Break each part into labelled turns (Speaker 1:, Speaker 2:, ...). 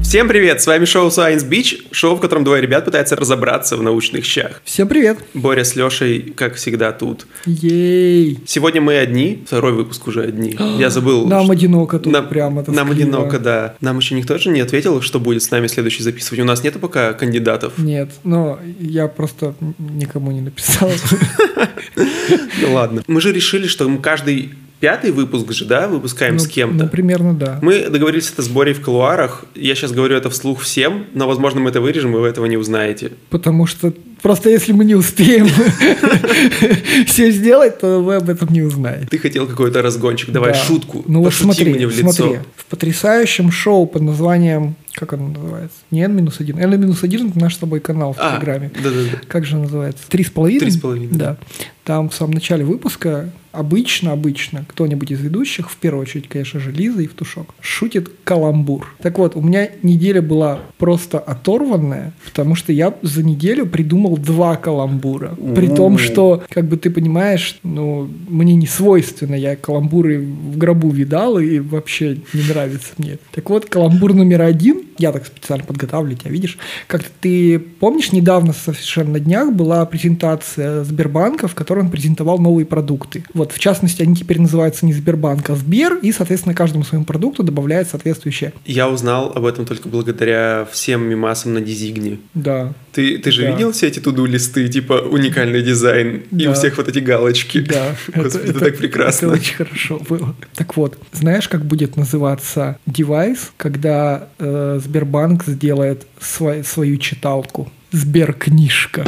Speaker 1: Всем привет, с вами шоу Science Beach, шоу, в котором двое ребят пытаются разобраться в научных щах.
Speaker 2: Всем привет.
Speaker 1: Боря с Лешей, как всегда, тут.
Speaker 2: Ей.
Speaker 1: Сегодня мы одни, второй выпуск уже одни. Я забыл.
Speaker 2: Нам одиноко тут прямо.
Speaker 1: Нам одиноко, да. Нам еще никто же не ответил, что будет с нами следующий записывать. У нас нету пока кандидатов.
Speaker 2: Нет, но я просто никому не написал.
Speaker 1: Ну ладно. Мы же решили, что мы каждый... Пятый выпуск же, да, выпускаем с кем-то?
Speaker 2: Ну, примерно, да.
Speaker 1: Мы договорились это с Борей в кулуарах. Я сейчас говорю это вслух всем, но, возможно, мы это вырежем, и вы этого не узнаете.
Speaker 2: Потому что просто если мы не успеем все сделать, то вы об этом не узнаете.
Speaker 1: Ты хотел какой-то разгончик. Давай шутку.
Speaker 2: Ну вот
Speaker 1: пошути мне в лицо.
Speaker 2: Смотри. В потрясающем шоу под названием... Как оно называется? Не N-1. N-1 – это наш с тобой канал в Телеграме.
Speaker 1: Да-да-да.
Speaker 2: Как же называется? 3,5?
Speaker 1: 3,5.
Speaker 2: Да. Там в самом начале выпуска обычно кто-нибудь из ведущих, в первую очередь, конечно же, Лиза Евтушок, шутит каламбур. Так вот, у меня неделя была просто оторванная, потому что я за неделю придумал 2 каламбура. При том, что, как бы ты понимаешь, мне не свойственно, я каламбуры в гробу видал и вообще не нравится мне. Так вот, каламбур номер 1, я так специально подготавливаю тебя, видишь, как ты помнишь, недавно совершенно на днях была презентация Сбербанка, в которой он презентовал новые продукты. Вот, в частности, они теперь называются не Сбербанк, а Сбер, и, соответственно, каждому своему продукту добавляет соответствующее.
Speaker 1: Я узнал об этом только благодаря всем мемасам на Дизигне.
Speaker 2: Да.
Speaker 1: Ты же видел все эти туду-листы, типа уникальный дизайн, и у всех вот эти галочки?
Speaker 2: Да.
Speaker 1: Господи, это так прекрасно.
Speaker 2: Это очень хорошо было. Так вот, знаешь, как будет называться девайс, когда Сбербанк сделает свою читалку? Сберкнижка.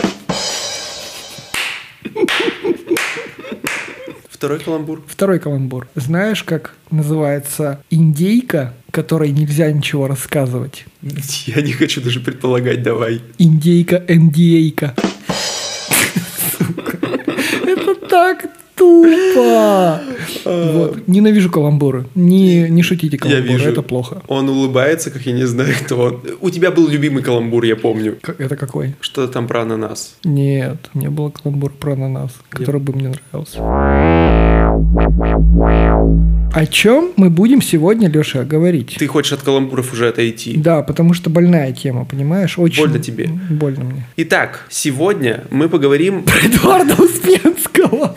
Speaker 2: Второй каламбур. Знаешь, как называется индейка, которой нельзя ничего рассказывать?
Speaker 1: Я не хочу даже предполагать, давай.
Speaker 2: Индейка-эндейка. Это так тупо. Вот. Ненавижу каламбуры. Не шутите каламбуры, это плохо.
Speaker 1: Он улыбается, как я не знаю, кто он. У тебя был любимый каламбур, я помню.
Speaker 2: Это какой?
Speaker 1: Что-то там про ананас.
Speaker 2: Нет, не было каламбура про ананас, который бы мне нравился. О чем мы будем сегодня, Леша, говорить?
Speaker 1: Ты хочешь от каламбуров уже отойти?
Speaker 2: Да, потому что больная тема, понимаешь? Очень
Speaker 1: больно тебе?
Speaker 2: Больно мне.
Speaker 1: Итак, сегодня мы поговорим...
Speaker 2: Про Эдуарда Успенского.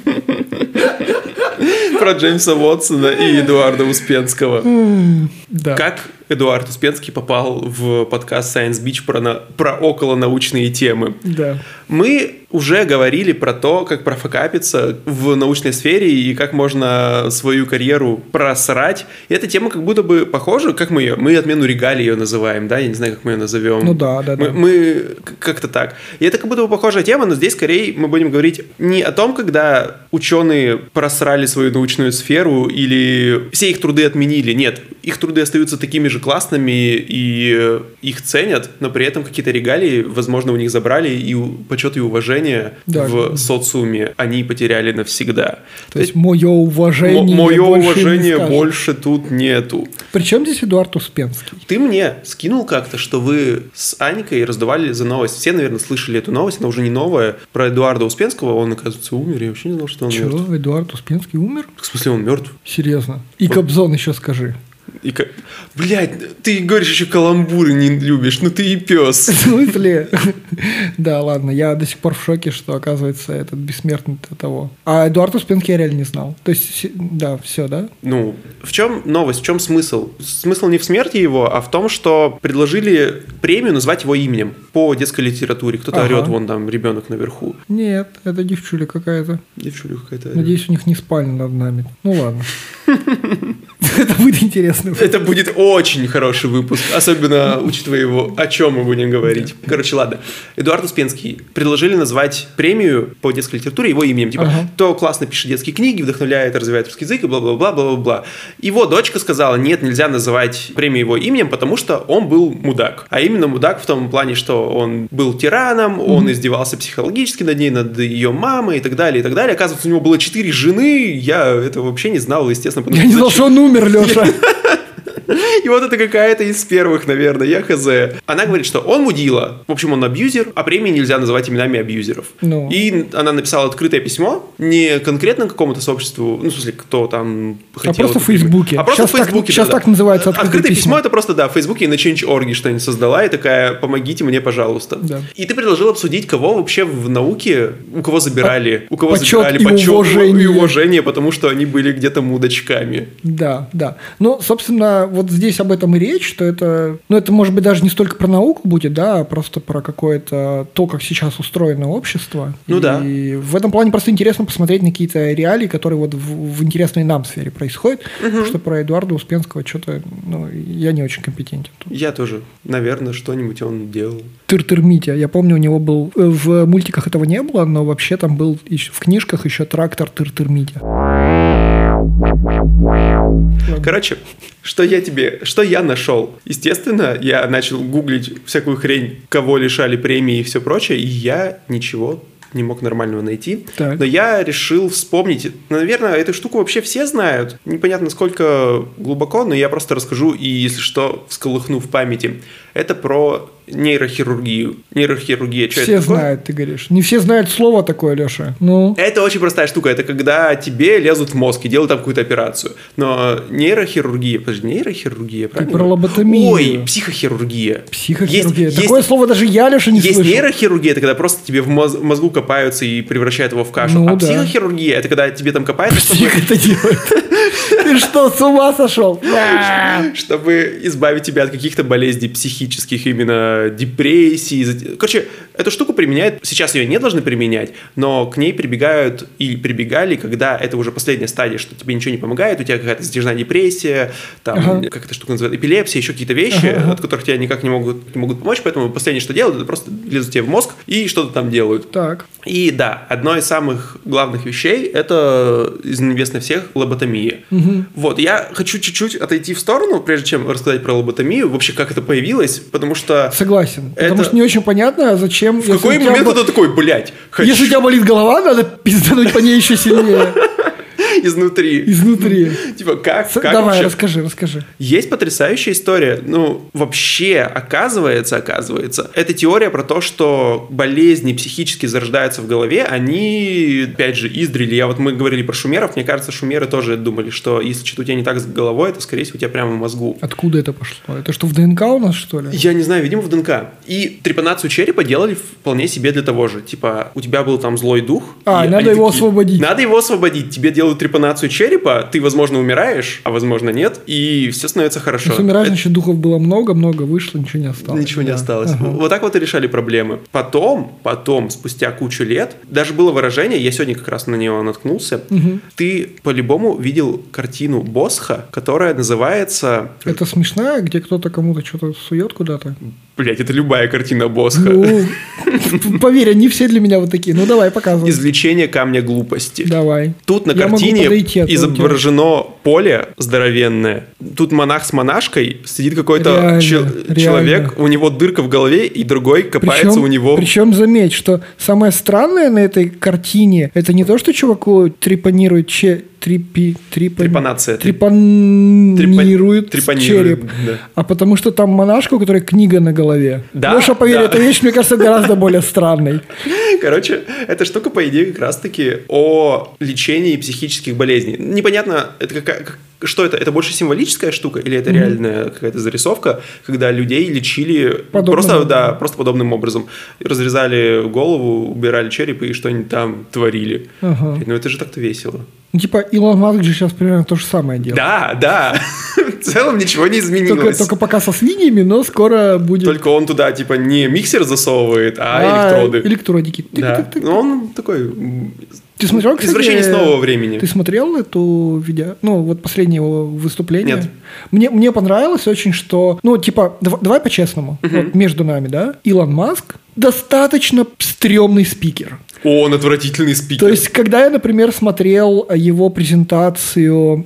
Speaker 1: Про Джеймса Уотсона и Эдуарда Успенского.
Speaker 2: Да.
Speaker 1: Как Эдуард Успенский попал в подкаст Science Beach про околонаучные темы.
Speaker 2: Да.
Speaker 1: Мы уже говорили про то, как профокапиться в научной сфере и как можно свою карьеру просрать. И эта тема как будто бы похожа, как мы ее... Мы отмену регалий ее называем, да? Я не знаю, как мы ее назовем.
Speaker 2: Ну да.
Speaker 1: Мы как-то так. И это как будто бы похожая тема, но здесь скорее мы будем говорить не о том, когда ученые просрали свою научную сферу или все их труды отменили. Нет, их труды остаются такими же классными и их ценят, но при этом какие-то регалии, возможно, у них забрали, и почет и уважение в социуме они потеряли навсегда.
Speaker 2: То есть мое уважение
Speaker 1: больше тут нету.
Speaker 2: Причем здесь Эдуард Успенский?
Speaker 1: Ты мне скинул как-то, что вы с Анькой раздували за новость. Все, наверное, слышали эту новость, она уже не новая. Про Эдуарда Успенского, он, оказывается, умер. Я вообще не знал, что он мертв.
Speaker 2: Чего? Эдуард Успенский умер?
Speaker 1: В смысле, он мертв?
Speaker 2: Серьезно? И Кобзон еще скажи.
Speaker 1: Блядь, ты говоришь, еще каламбуры не любишь, ну ты и пес.
Speaker 2: В смысле? Да, ладно, я до сих пор в шоке, что, оказывается, этот бессмертный до того. А Эдуард Успенский я реально не знал. То есть, да, все, да?
Speaker 1: Ну, в чем новость, в чем смысл? Смысл не в смерти его, а в том, что предложили премию назвать его именем по детской литературе. Кто-то орет, вон там ребенок наверху.
Speaker 2: Нет, это девчуля какая-то.
Speaker 1: Девчуля.
Speaker 2: Надеюсь, у них не спальня над нами. Ну ладно. Это будет интересно.
Speaker 1: Это будет очень хороший выпуск, особенно учитывая его, о чем мы будем говорить. Короче, ладно. Эдуард Успенский предложили назвать премию по детской литературе его именем. Типа, кто классно пишет детские книги, вдохновляет, развивает русский язык и бла-бла-бла-бла-бла. Его дочка сказала, нет, нельзя называть премию его именем, потому что он был мудак. А именно мудак в том плане, что он был тираном, он издевался психологически над ней, над ее мамой и так далее, и так далее. Оказывается, у него было 4 жены, я этого вообще не знал, естественно.
Speaker 2: Я не знал, что он умер, Леша.
Speaker 1: И вот это какая-то из первых, наверное, я хз. Она говорит, что он мудила. В общем, он абьюзер, а премии нельзя называть именами абьюзеров.
Speaker 2: Ну.
Speaker 1: И она написала открытое письмо, не конкретно какому-то сообществу, ну, в смысле, кто там хотел.
Speaker 2: А просто в Фейсбуке.
Speaker 1: А просто в Фейсбуке.
Speaker 2: Сейчас так называется
Speaker 1: открытое письмо. Это просто, да, в Фейсбуке и на Change.org что-нибудь создала, и такая, помогите мне, пожалуйста.
Speaker 2: Да.
Speaker 1: И ты предложил обсудить, кого вообще в науке, у кого забирали
Speaker 2: почет
Speaker 1: и уважение, потому что они были где-то мудочками.
Speaker 2: Да, да. Ну, собственно, вот здесь об этом и речь, что это, ну, это может быть даже не столько про науку будет, да, а просто про какое-то то, как сейчас устроено общество.
Speaker 1: Ну да.
Speaker 2: И в этом плане просто интересно посмотреть на какие-то реалии, которые вот в интересной нам сфере происходят, потому что про Эдуарда Успенского что-то, ну, я не очень компетентен.
Speaker 1: Я тоже. Наверное, что-нибудь он делал.
Speaker 2: Тыр-тыр Митя. Я помню, у него был, в мультиках этого не было, но вообще там был в книжках еще трактор Тыр-тыр Митя.
Speaker 1: Короче, что я нашел? Естественно, я начал гуглить всякую хрень, кого лишали премии и все прочее, и я ничего не мог нормального найти.
Speaker 2: Так.
Speaker 1: Но я решил вспомнить. Наверное, эту штуку вообще все знают. Непонятно, насколько глубоко, но я просто расскажу, и, если что, всколыхну в памяти. Это про нейрохирургию. Нейрохирургия, что это такое?
Speaker 2: Все знают, ты говоришь. Не все знают слово такое, Леша. Ну.
Speaker 1: Это очень простая штука. Это когда тебе лезут в мозг и делают там какую-то операцию. Но нейрохирургия... Подожди, нейрохирургия, правильно?
Speaker 2: Ты про лоботомию.
Speaker 1: Ой, психохирургия.
Speaker 2: Психохирургия. Такое слово даже я, Леша, не слышал.
Speaker 1: Есть нейрохирургия, это когда просто тебе в мозгу копаются и превращают его в кашу.
Speaker 2: Ну,
Speaker 1: а
Speaker 2: да.
Speaker 1: психохирургия, это когда тебе там копают,
Speaker 2: Псих это делает. Ты что, с ума сошел?
Speaker 1: Чтобы избавить тебя от каких-то болезней психических, именно депрессии. Короче, эту штуку применяют, сейчас ее не должны применять, но к ней прибегают и прибегали, когда это уже последняя стадия, что тебе ничего не помогает, у тебя какая-то затяжная депрессия, там, как эта штука называется, эпилепсия, еще какие-то вещи, от которых тебя никак не могут помочь, поэтому последнее, что делают, это просто лезут тебе в мозг и что-то там делают.
Speaker 2: Так.
Speaker 1: И да, одно из самых главных вещей, это известно всех, лоботомия. Вот, я хочу чуть-чуть отойти в сторону, прежде чем рассказать про лоботомию, вообще как это появилось, потому что...
Speaker 2: Согласен. Потому что не очень понятно, зачем...
Speaker 1: В какой момент кто-то такой, блядь, хочу...
Speaker 2: Если у тебя болит голова, надо пиздануть по ней еще сильнее.
Speaker 1: Изнутри. Типа, как
Speaker 2: Давай,
Speaker 1: вообще?
Speaker 2: расскажи.
Speaker 1: Есть потрясающая история. Ну, вообще, оказывается, это теория про то, что болезни психически зарождаются в голове, они, опять же, издревле. Мы говорили про шумеров, мне кажется, шумеры тоже думали, что если что-то у тебя не так с головой, это, скорее всего, у тебя прямо в мозгу.
Speaker 2: Откуда это пошло? Это что, в ДНК у нас, что ли?
Speaker 1: Я не знаю, видимо, в ДНК. И трепанацию черепа делали вполне себе для того же. Типа, у тебя был там злой дух.
Speaker 2: Надо его освободить.
Speaker 1: Надо его освободить. Тебе делают трепанацию черепа, ты, возможно, умираешь, а возможно, нет, и все становится хорошо.
Speaker 2: Если умираешь, значит, духов было много, вышло, ничего не осталось.
Speaker 1: Ничего не осталось. Вот так вот и решали проблемы. Потом, спустя кучу лет, даже было выражение, я сегодня как раз на него наткнулся, ты по-любому видел картину Босха, которая называется...
Speaker 2: Это смешная, где кто-то кому-то что-то сует куда-то?
Speaker 1: Блять, это любая картина Босха.
Speaker 2: Ну, поверь, они все для меня вот такие. Ну, давай, показывай.
Speaker 1: Извлечение камня глупости.
Speaker 2: Давай.
Speaker 1: Тут на картине изображено поле здоровенное. Тут монах с монашкой, сидит какой-то человек, у него дырка в голове, и другой копается у него...
Speaker 2: Причем заметь, что самое странное на этой картине, это не то, что чуваку трепанирует
Speaker 1: трепанация.
Speaker 2: Трепанирует череп.
Speaker 1: Да.
Speaker 2: А потому что там монашка, у которой книга на голове.
Speaker 1: Да,
Speaker 2: Леша, поверь, эта вещь, мне кажется, гораздо более странной.
Speaker 1: Короче, эта штука, по идее, как раз-таки о лечении психических болезней. Непонятно, что это? Это больше символическая штука или это реальная какая-то зарисовка, когда людей лечили просто подобным образом. Разрезали голову, убирали череп и что-нибудь там творили. Ну это же так-то весело.
Speaker 2: Ну, типа, Илон Маск же сейчас примерно то же самое делает.
Speaker 1: Да. В целом ничего не изменилось.
Speaker 2: Только пока со свиньями, но скоро будет...
Speaker 1: Только он туда, типа, не миксер засовывает, а электроды.
Speaker 2: Электродики.
Speaker 1: Да. Но он такой...
Speaker 2: Ты смотрел, кстати,
Speaker 1: извращение с нового времени.
Speaker 2: Ты смотрел эту видео? Ну, вот последнее его выступление?
Speaker 1: Нет.
Speaker 2: Мне понравилось очень, что... Ну, типа, давай по-честному. Вот между нами, да? Илон Маск достаточно стрёмный спикер.
Speaker 1: Он отвратительный спикер.
Speaker 2: То есть, когда я, например, смотрел его презентацию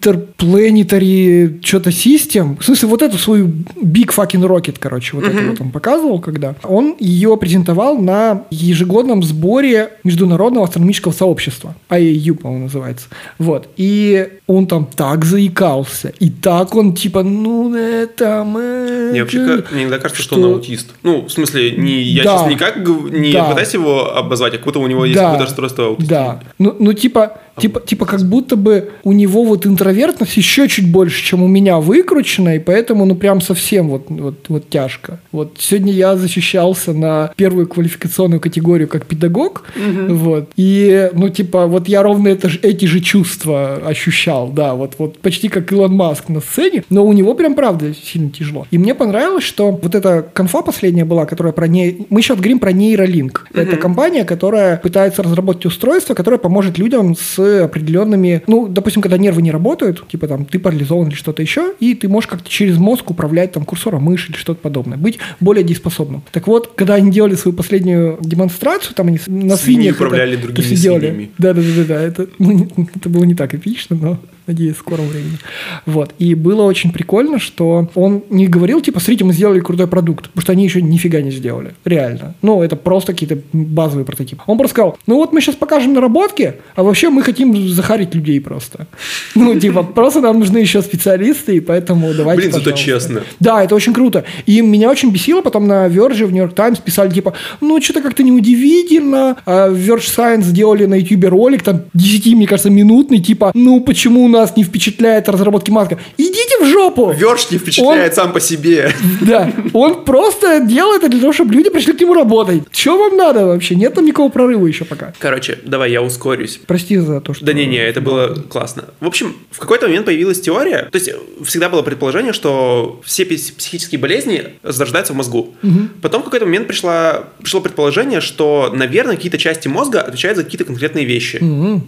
Speaker 2: Interplanetary что-то System, в смысле, вот эту свою Big Fucking Rocket, короче, вот это вот он показывал, когда он ее презентовал на ежегодном сборе Международного астрономического сообщества. IAU, по-моему, называется. Вот. И он там так заикался. И так он, типа, ну, это...
Speaker 1: Мне вообще иногда кажется, что он аутист. Ну, в смысле, я сейчас никак не пытаюсь его обозвать, как будто у него есть какое-то расстройство аутизма.
Speaker 2: Да. Ну, типа, как будто бы у него вот интровертность еще чуть больше, чем у меня выкручена, и поэтому, ну, прям совсем вот тяжко. Вот сегодня я защищался на первую квалификационную категорию как педагог, вот, и, ну, типа, вот я ровно эти же чувства ощущал, да, вот почти как Илон Маск на сцене, но у него прям, правда, сильно тяжело. И мне понравилось, что вот эта конфа последняя была, которая мы сейчас говорим про Neuralink. Это компания, которая пытается разработать устройство, которое поможет людям с определенными, ну, допустим, когда нервы не работают, типа там ты парализован или что-то еще, и ты можешь как-то через мозг управлять там курсором мыши или что-то подобное, быть более дееспособным. Так вот, когда они делали свою последнюю демонстрацию, там они на свиньях
Speaker 1: управляли другими свиньями.
Speaker 2: Да, это было не так эпично, но надеюсь, в скором времени. Вот. И было очень прикольно, что он не говорил, типа, смотрите, мы сделали крутой продукт, потому что они еще нифига не сделали. Реально. Ну, это просто какие-то базовые прототипы. Он просто сказал, ну вот мы сейчас покажем наработки, а вообще мы хотим захарить людей просто. Ну, типа, просто нам нужны еще специалисты, и поэтому давайте,
Speaker 1: Блин, зато честно.
Speaker 2: Да, это очень круто. И меня очень бесило, потом на Verge, в New York Times писали, типа, ну, что-то как-то неудивительно. А в Verge Science сделали на YouTube ролик, там, 10, мне кажется, минутный, типа, ну, почему нас не впечатляет разработки Маска? Идите в жопу!
Speaker 1: Verge не впечатляет сам по себе.
Speaker 2: Да, он просто делает это для того, чтобы люди пришли к нему работать. Что вам надо вообще? Нет там никакого прорыва еще пока.
Speaker 1: Короче, давай я ускорюсь.
Speaker 2: Прости за то, что...
Speaker 1: Да не, это было классно. В общем, в какой-то момент появилась теория, то есть всегда было предположение, что все психические болезни зарождаются в мозгу. Потом в какой-то момент пришло предположение, что, наверное, какие-то части мозга отвечают за какие-то конкретные вещи.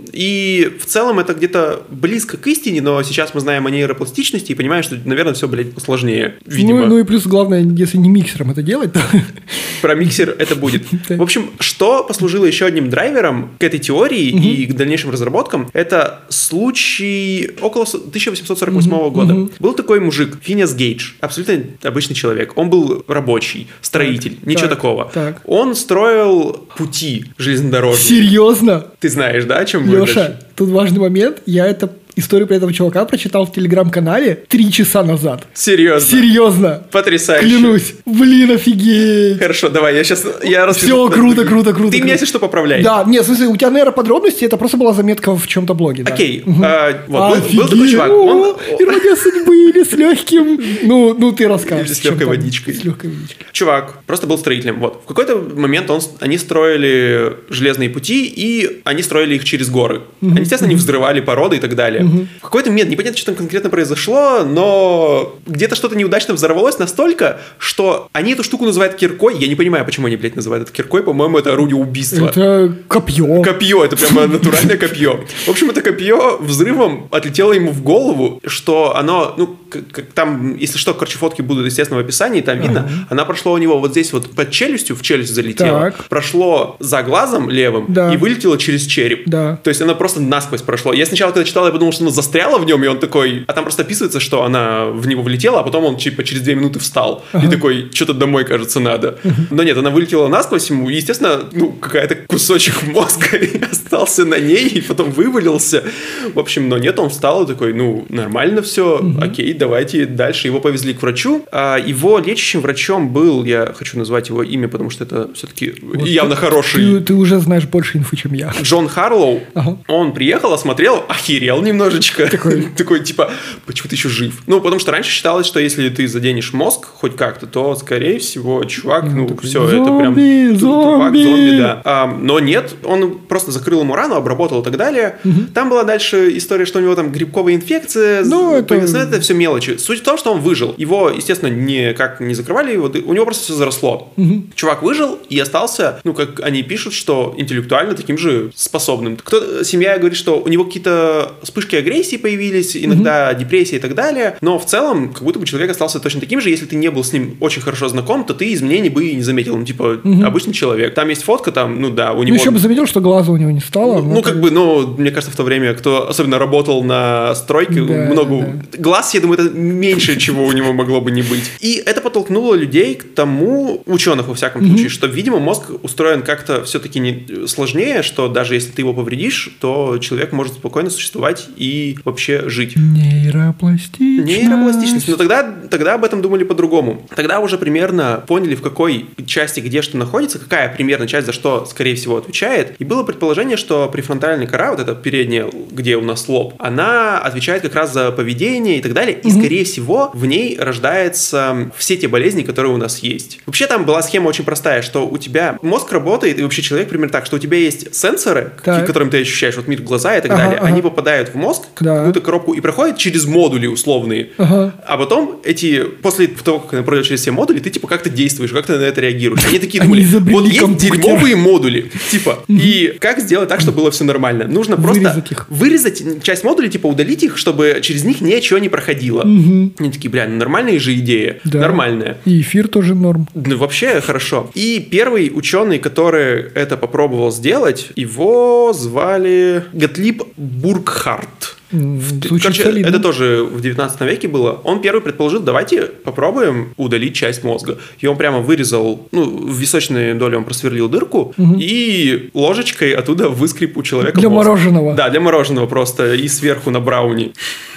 Speaker 1: И в целом это где-то близко к истине, но сейчас мы знаем о нейропластичности и понимаем, что, наверное, все, сложнее, видимо.
Speaker 2: Ну и плюс главное, если не миксером это делать, то...
Speaker 1: Про миксер это будет. В общем, что послужило еще одним драйвером к этой теории и к дальнейшим разработкам, это случай около 1848 года. Был такой мужик, Финиас Гейдж, абсолютно обычный человек. Он был рабочий, строитель, ничего такого. Он строил пути железнодорожные.
Speaker 2: Серьезно?
Speaker 1: Ты знаешь, да, о чем будет?
Speaker 2: Леша, тут важный момент. Я историю про этого чувака прочитал в телеграм-канале 3 часа назад.
Speaker 1: Серьезно?
Speaker 2: Серьезно.
Speaker 1: Потрясающе.
Speaker 2: Клянусь. Блин, офигеть.
Speaker 1: Хорошо, давай, я расскажу.
Speaker 2: Все, круто.
Speaker 1: Ты меня, если что, поправляй.
Speaker 2: Да, нет, в смысле, у тебя, наверное, подробности, это просто была заметка в чем-то блоге.
Speaker 1: Окей. Был такой чувак.
Speaker 2: Ирония судьбы или с легким... Ну, ты расскажешь.
Speaker 1: Или с легкой водичкой.
Speaker 2: С легкой водичкой.
Speaker 1: Чувак просто был строителем. Вот. В какой-то момент они строили железные пути, и они строили их через горы. Они, естественно, не взрывали породы и так далее. В какой-то момент, непонятно, что там конкретно произошло, но где-то что-то неудачно взорвалось настолько, что они эту штуку называют киркой. Я не понимаю, почему они, называют это киркой. По-моему, это орудие убийства.
Speaker 2: Это копье.
Speaker 1: Копье, это прямо натуральное копье. В общем, это копье взрывом отлетело ему в голову, что оно, там, если что, короче, фотки будут, естественно, в описании, там видно, она прошла у него вот здесь вот под челюстью, в челюсть залетела, прошло за глазом левым и вылетело через череп. То есть она просто насквозь прошла. Я сначала, когда читал, я подумал, что она застряла в нем, и он такой... А там просто описывается, что она в него влетела, а потом он через 2 минуты встал. И такой, что-то домой, кажется, надо. Но нет, она вылетела насквозь ему, и, естественно, какая-то кусочек мозга остался на ней, и потом вывалился. В общем, но нет, он встал и такой, нормально все, окей, давайте дальше. Его повезли к врачу. Его лечащим врачом был, я хочу назвать его имя, потому что это все-таки вот явно хороший...
Speaker 2: Ты уже знаешь больше инфы, чем я.
Speaker 1: Джон Харлоу. Он приехал, осмотрел, охерел немножечко. Такой, типа, почему ты еще жив? Потому что раньше считалось, что если ты заденешь мозг хоть как-то, то, скорее всего, чувак, все, это прям... Зомби, да. Но нет, он просто закрыл ему рану, обработал и так далее. Там была дальше история, что у него там грибковая инфекция. Это все мелочи. Суть в том, что он выжил. Его, естественно, никак не закрывали, у него просто все заросло. Чувак выжил и остался, как они пишут, что интеллектуально таким же способным. Семья говорит, что у него какие-то вспышки вспышки агрессии появились, иногда депрессия и так далее, но в целом, как будто бы человек остался точно таким же, если ты не был с ним очень хорошо знаком, то ты изменений бы и не заметил, ну, типа, обычный человек. Там есть фотка, там, ну да, у него...
Speaker 2: Ну, еще бы заметил, что глаза у него не стало.
Speaker 1: Мне кажется, в то время, кто особенно работал на стройке, глаз, я думаю, это меньше, чего у него могло бы не быть. И это подтолкнуло людей к тому, ученых во всяком случае, что, видимо, мозг устроен как-то все-таки не сложнее, что даже если ты его повредишь, то человек может спокойно существовать и вообще жить. Нейропластичность. Но тогда об этом думали по-другому. Тогда уже примерно поняли, в какой части где что находится, какая примерно часть за что, скорее всего, отвечает. И было предположение, что префронтальная кора, вот эта передняя, где у нас лоб, она отвечает как раз за поведение и так далее. И, скорее всего, в ней рождаются все те болезни, которые у нас есть. Вообще там была схема очень простая, что у тебя мозг работает, и вообще человек примерно так, что у тебя есть сенсоры, которым ты ощущаешь вот мир, глаза и так далее. Они попадают в мозг, в какую-то коробку, и проходят через модули условные. А потом после того, как они пройдут через все модули, ты типа как-то действуешь, как ты на это реагируешь. Они такие думали, вот есть дерьмовые модули, типа, и как сделать так, чтобы было все нормально? Нужно просто вырезать часть модулей, типа удалить их, чтобы через них ничего не проходило. Они такие, бля, ну нормальная же идея. Нормальная.
Speaker 2: И эфир тоже норм.
Speaker 1: Ну, вообще хорошо. И первый ученый, который это попробовал сделать, его звали Готлиб Буркхарт. Короче, это тоже в 19 веке было. Он первый предположил, давайте попробуем удалить часть мозга. И он прямо вырезал, в височной доле он просверлил дырку и ложечкой оттуда выскреб у человека
Speaker 2: для
Speaker 1: мозг.
Speaker 2: Мороженого.
Speaker 1: Да, для мороженого просто. И сверху на брауни.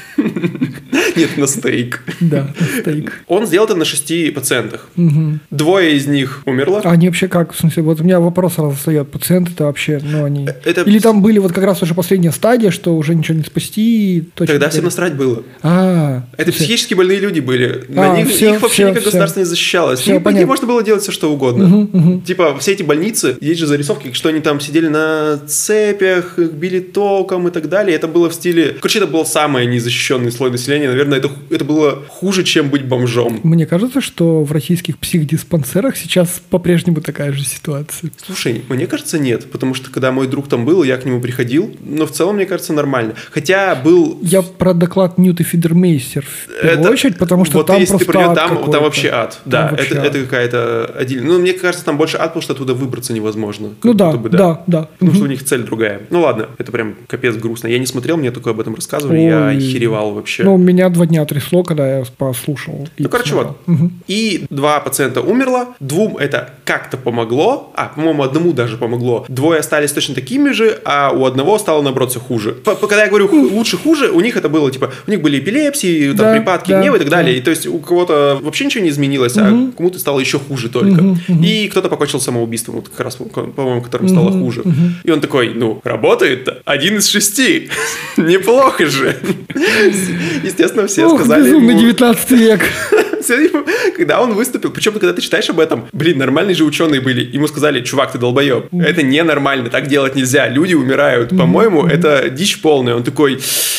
Speaker 1: Нет, на стейк.
Speaker 2: Да, на стейк.
Speaker 1: Он сделал это на 6 пациентах. 2 из них умерло.
Speaker 2: А они вообще как? В смысле, вот у меня вопрос сразу встает. Пациенты-то вообще, они... Или там были вот как раз уже последняя стадия, что уже ничего не спасти?
Speaker 1: Тогда всем насрать было. Это психически больные люди были. На них их вообще никак государство не защищалось. Можно было делать все, что угодно. Типа, все эти больницы, есть же зарисовки, что они там сидели на цепях, били током и так далее. Это было в стиле... Короче, это был самый незащищенный слой населения. Наверное, это было хуже, чем быть бомжом.
Speaker 2: Мне кажется, что в российских психдиспансерах сейчас по-прежнему такая же ситуация.
Speaker 1: Слушай, мне кажется, нет. Потому что, когда мой друг там был, я к нему приходил. Но в целом, мне кажется, нормально. Хотя был...
Speaker 2: Я про доклад Ньюта Фидермейстер в первую очередь, потому что
Speaker 1: вот
Speaker 2: там
Speaker 1: если
Speaker 2: просто
Speaker 1: ты
Speaker 2: ад
Speaker 1: там вообще ад. Да,
Speaker 2: вообще
Speaker 1: это какая-то отдельная... Ну, мне кажется, там больше ад, потому что оттуда выбраться невозможно.
Speaker 2: Да.
Speaker 1: Потому что у них цель другая. Ну, ладно, это прям капец грустно. Я не смотрел, мне только об этом рассказывали. Я охеревал вообще.
Speaker 2: Ну, меня 2 дня трясло, когда я послушал.
Speaker 1: Ну, короче, вот. И 2 пациента умерло, 2 это как-то помогло, по-моему, 1 даже помогло. 2 остались точно такими же, а у 1 стало, наоборот, все хуже. Когда я говорю лучше-хуже, у них это было, типа, у них были эпилепсии, там, припадки гнева и так далее. И, то есть, у кого-то вообще ничего не изменилось, а кому-то стало еще хуже только. И кто-то покончил самоубийством, вот как раз, по-моему, которым стало хуже. И он такой, работает-то 1 из 6. Неплохо же. Естественно, все сказали ему...
Speaker 2: Безумный 19 век.
Speaker 1: Когда он выступил, причем когда ты читаешь об этом, нормальные же ученые были, ему сказали, чувак, ты долбоеб, это ненормально, так делать нельзя, люди умирают, по-моему, это дичь полная. Он такой,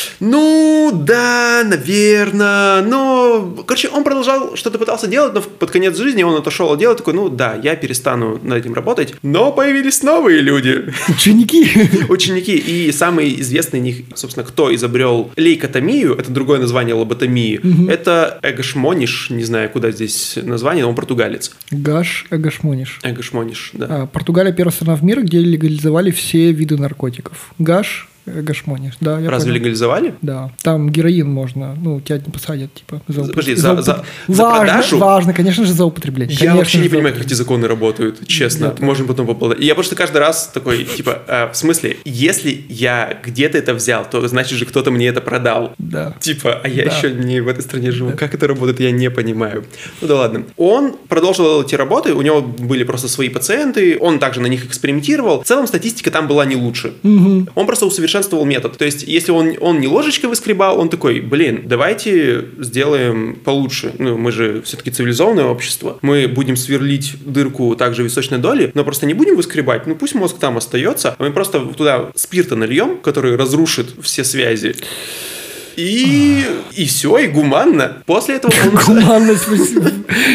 Speaker 1: да, наверное, но... Короче, он продолжал что-то пытался делать, но под конец жизни он отошел от дела, такой, да, я перестану над этим работать, но появились новые люди. Ученики, и самый известный из них, собственно, кто изобрел лейкотомию, это другое название лоботомии, это Эгошмониш, не знаю, куда здесь название, но он португалец.
Speaker 2: Эгошмониш.
Speaker 1: Эгошмониш, да.
Speaker 2: Португалия первая страна в мире, где легализовали все виды наркотиков. Гашмониш, да.
Speaker 1: Разве легализовали?
Speaker 2: Да. Там героин можно, тебя не посадят, типа, за употребление.
Speaker 1: За продажу?
Speaker 2: Важно, конечно же, за употребление.
Speaker 1: Я вообще не понимаю, как эти законы работают, честно. Можно потом поплатить. Я просто каждый раз такой, типа, в смысле, если я где-то это взял, то значит же кто-то мне это продал.
Speaker 2: Да.
Speaker 1: Типа, а я еще не в этой стране живу. Как это работает, я не понимаю. Ну да ладно. Он продолжил эти работы, у него были просто свои пациенты, он также на них экспериментировал. В целом статистика там была не лучше. Он просто усовершенствовал метод. То есть, если он не ложечкой выскребал, он такой, давайте сделаем получше. Мы же все-таки цивилизованное общество. Мы будем сверлить дырку также височной доли, но просто не будем выскребать. Пусть мозг там остается, а мы просто туда спирта нальем, который разрушит все связи. И все, и гуманно. После этого он...
Speaker 2: Гуманность в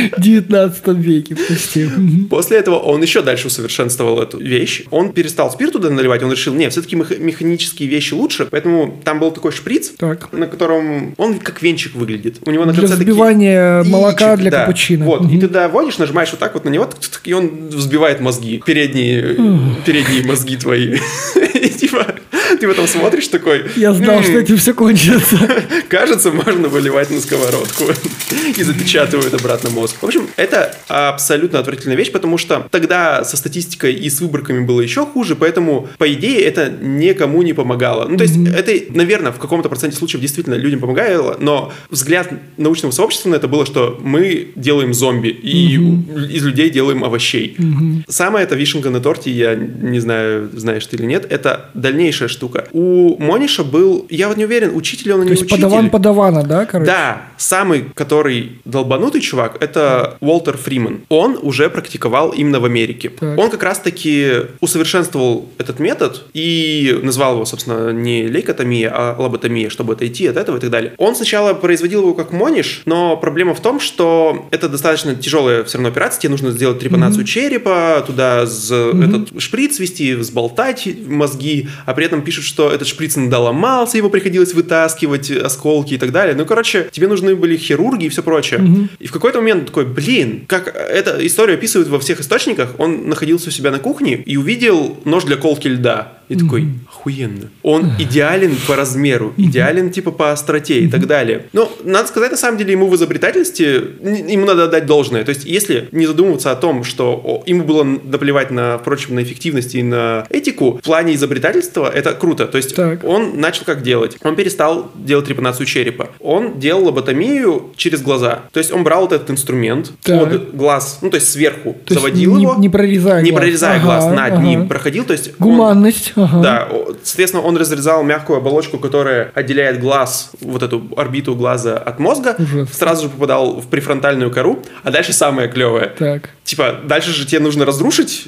Speaker 2: 19 веке, прости.
Speaker 1: После этого он еще дальше усовершенствовал эту вещь. Он перестал спирт туда наливать, он решил, нет, все-таки механические вещи лучше, поэтому там был такой шприц, на котором он как венчик выглядит. У него на конце
Speaker 2: для взбивания молока для
Speaker 1: да.
Speaker 2: капучино.
Speaker 1: Вот, и ты туда вводишь, нажимаешь вот так вот на него, и он взбивает мозги, передние мозги твои. И типа... Ты потом смотришь такой...
Speaker 2: Я знал, что этим все кончится.
Speaker 1: Кажется, можно выливать на сковородку. И запечатывают обратно мозг. В общем, это абсолютно отвратительная вещь, потому что тогда со статистикой и с выборками было еще хуже, поэтому, по идее, это никому не помогало. Ну, то есть, это, наверное, в каком-то проценте случаев действительно людям помогало, но взгляд научного сообщества на это было, что мы делаем зомби, и из людей делаем овощей. Самая эта вишенка на торте, я не знаю, знаешь ты или нет, это дальнейшая штука. У Мониша был, я вот не уверен, учитель он или не учитель.
Speaker 2: То есть подаван подавана, да, короче?
Speaker 1: Да, самый, который долбанутый чувак, это Уолтер Фриман. Он уже практиковал именно в Америке.
Speaker 2: Так.
Speaker 1: Он как раз-таки усовершенствовал этот метод и назвал его, собственно, не лейкотомия, а лоботомия, чтобы отойти от этого и так далее. Он сначала производил его как Мониш, но проблема в том, что это достаточно тяжелая все равно операция, тебе нужно сделать трепанацию черепа, туда этот шприц ввести, взболтать мозги, а при этом пишут, что этот шприц иногда ломался, его приходилось вытаскивать, осколки и так далее. Ну, короче, тебе нужны были хирурги и все прочее. И в какой-то момент такой, как эта история описывает во всех источниках, он находился у себя на кухне и увидел нож для колки льда. И такой, охуенно. Он идеален по размеру, идеален типа по остроте и так далее. Но, надо сказать, на самом деле, ему в изобретательстве, ему надо отдать должное. То есть, если не задумываться о том, что ему было наплевать впрочем, на эффективность и на этику, в плане изобретательства это круто. То есть, он начал как делать? Он перестал делать трепанацию черепа. Он делал лоботомию через глаза. То есть, он брал вот этот инструмент под глаз, ну, то есть, сверху то заводил его.
Speaker 2: Не прорезая
Speaker 1: глаз, над ним проходил. То есть,
Speaker 2: гуманность.
Speaker 1: Да, соответственно, он разрезал мягкую оболочку, которая отделяет глаз, вот эту орбиту глаза от мозга, сразу же попадал в префронтальную кору, а дальше самое клевое.
Speaker 2: Так.
Speaker 1: Типа, дальше же тебе нужно разрушить.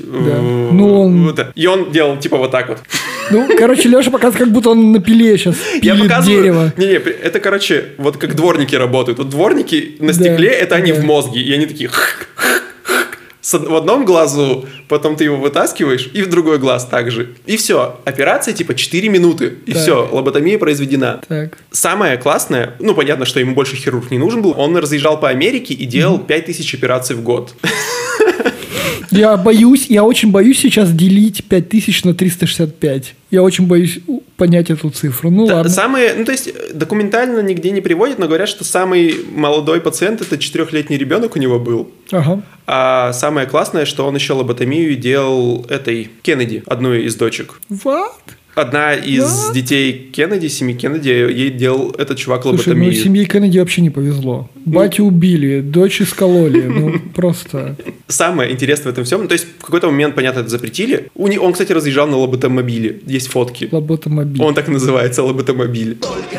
Speaker 2: Да.
Speaker 1: И он делал типа вот так вот.
Speaker 2: Ну, короче, Леша показывает, как будто он на пиле сейчас пилит дерево.
Speaker 1: Не, это, короче, вот как дворники работают. Вот дворники на стекле, это они в мозге, и они такие... В одном глазу, потом ты его вытаскиваешь, и в другой глаз также. И все. Операция типа 4 минуты. И все, лоботомия произведена. Так. Самое классное, ну, понятно, что ему больше хирург не нужен был, он разъезжал по Америке и делал 5000 операций в год.
Speaker 2: Я очень боюсь сейчас делить 5000 на 365. Я очень боюсь понять эту цифру. Ну, ладно.
Speaker 1: То есть, документально нигде не приводят, но говорят, что самый молодой пациент, это 4-летний ребенок у него был.
Speaker 2: Ага.
Speaker 1: А самое классное, что он еще лоботомию делал этой Кеннеди, одной из дочек.
Speaker 2: What?
Speaker 1: Одна из детей Кеннеди, семьи Кеннеди, ей делал этот чувак лоботомию.
Speaker 2: Слушай, семье Кеннеди вообще не повезло. Батю убили, дочь искололи. Ну, просто...
Speaker 1: Самое интересное в этом всем, то есть в какой-то момент, понятно, это запретили. Он, кстати, разъезжал на лоботомобиле. Есть фотки.
Speaker 2: Лоботомобиль.
Speaker 1: Он так и называется, лоботомобиль.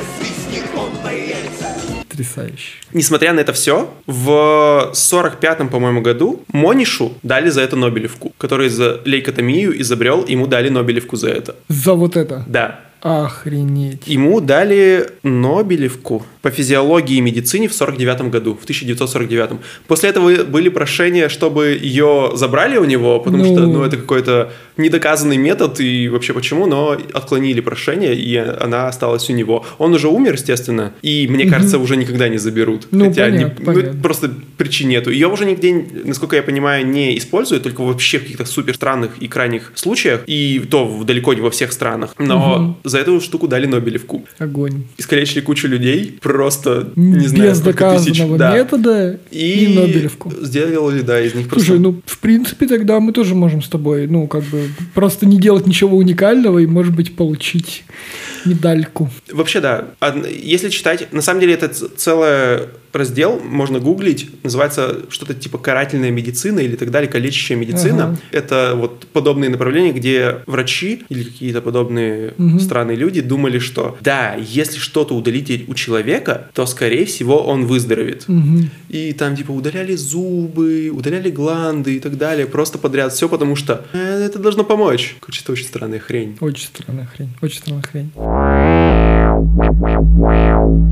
Speaker 2: Потрясающе.
Speaker 1: Несмотря на это все, в 45-м, по-моему, году Монишу дали за это Нобелевку, который за лейкотомию изобрел, ему дали Нобелевку за это.
Speaker 2: За вот это?
Speaker 1: Да.
Speaker 2: Охренеть.
Speaker 1: Ему дали Нобелевку по физиологии и медицине в 1949 году, в 1949. После этого были прошения, чтобы ее забрали у него, потому что это какой-то недоказанный метод, и вообще почему, но отклонили прошение, и она осталась у него. Он уже умер, естественно, и, мне кажется, уже никогда не заберут. Хотя понятно. Просто причин нету. Ее уже нигде, насколько я понимаю, не используют, только вообще в каких-то супер странных и крайних случаях, и то далеко не во всех странах. Но за эту штуку дали Нобелевку.
Speaker 2: Огонь.
Speaker 1: Искалечили кучу людей, просто, не знаю,
Speaker 2: без доказанного метода и Нобелевку.
Speaker 1: Сделали, из них просто...
Speaker 2: Слушай, в принципе, тогда мы тоже можем с тобой, просто не делать ничего уникального и, может быть, получить медальку.
Speaker 1: Вообще, да. Если читать, на самом деле, это целый раздел, можно гуглить, называется что-то типа карательная медицина или так далее, калечащая медицина. Ага. Это вот подобные направления, где врачи или какие-то подобные странные люди думали, что да, если что-то удалить у человека, то, скорее всего, он выздоровеет. И там типа удаляли зубы, удаляли гланды и так далее, просто подряд все, потому что это должно помочь. Короче, это очень странная хрень.
Speaker 2: Очень странная хрень. Очень странная хрень.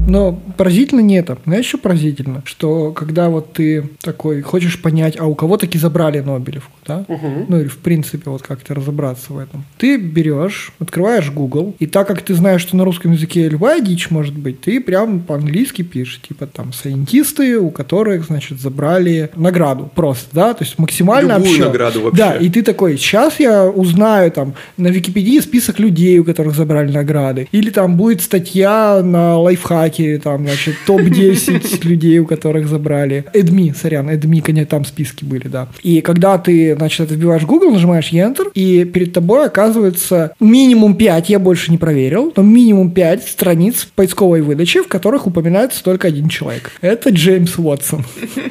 Speaker 2: Но поразительно не это. Знаешь, что поразительно? Что когда вот ты такой хочешь понять, а у кого таки забрали Нобелевку, да? Ну или в принципе вот как-то разобраться в этом. Ты берешь, открываешь Google, и так как ты знаешь, что на русском языке любая дичь может быть, ты прям по-английски пишешь, типа там сайентисты, у которых, значит, забрали награду просто, да? То есть максимально
Speaker 1: любую
Speaker 2: общо.
Speaker 1: Награду вообще.
Speaker 2: Да, и ты такой, сейчас я узнаю там на Википедии список людей, у которых забрали награды. Или там будет статья на лайфхакере, там, значит, топ-10 людей, у которых забрали. Эдми, конечно, там списки были, да. И когда ты, значит, вбиваешь Google, нажимаешь Enter, и перед тобой оказывается минимум 5, я больше не проверил, но минимум 5 страниц поисковой выдачи, в которых упоминается только один человек. Это Джеймс Уотсон.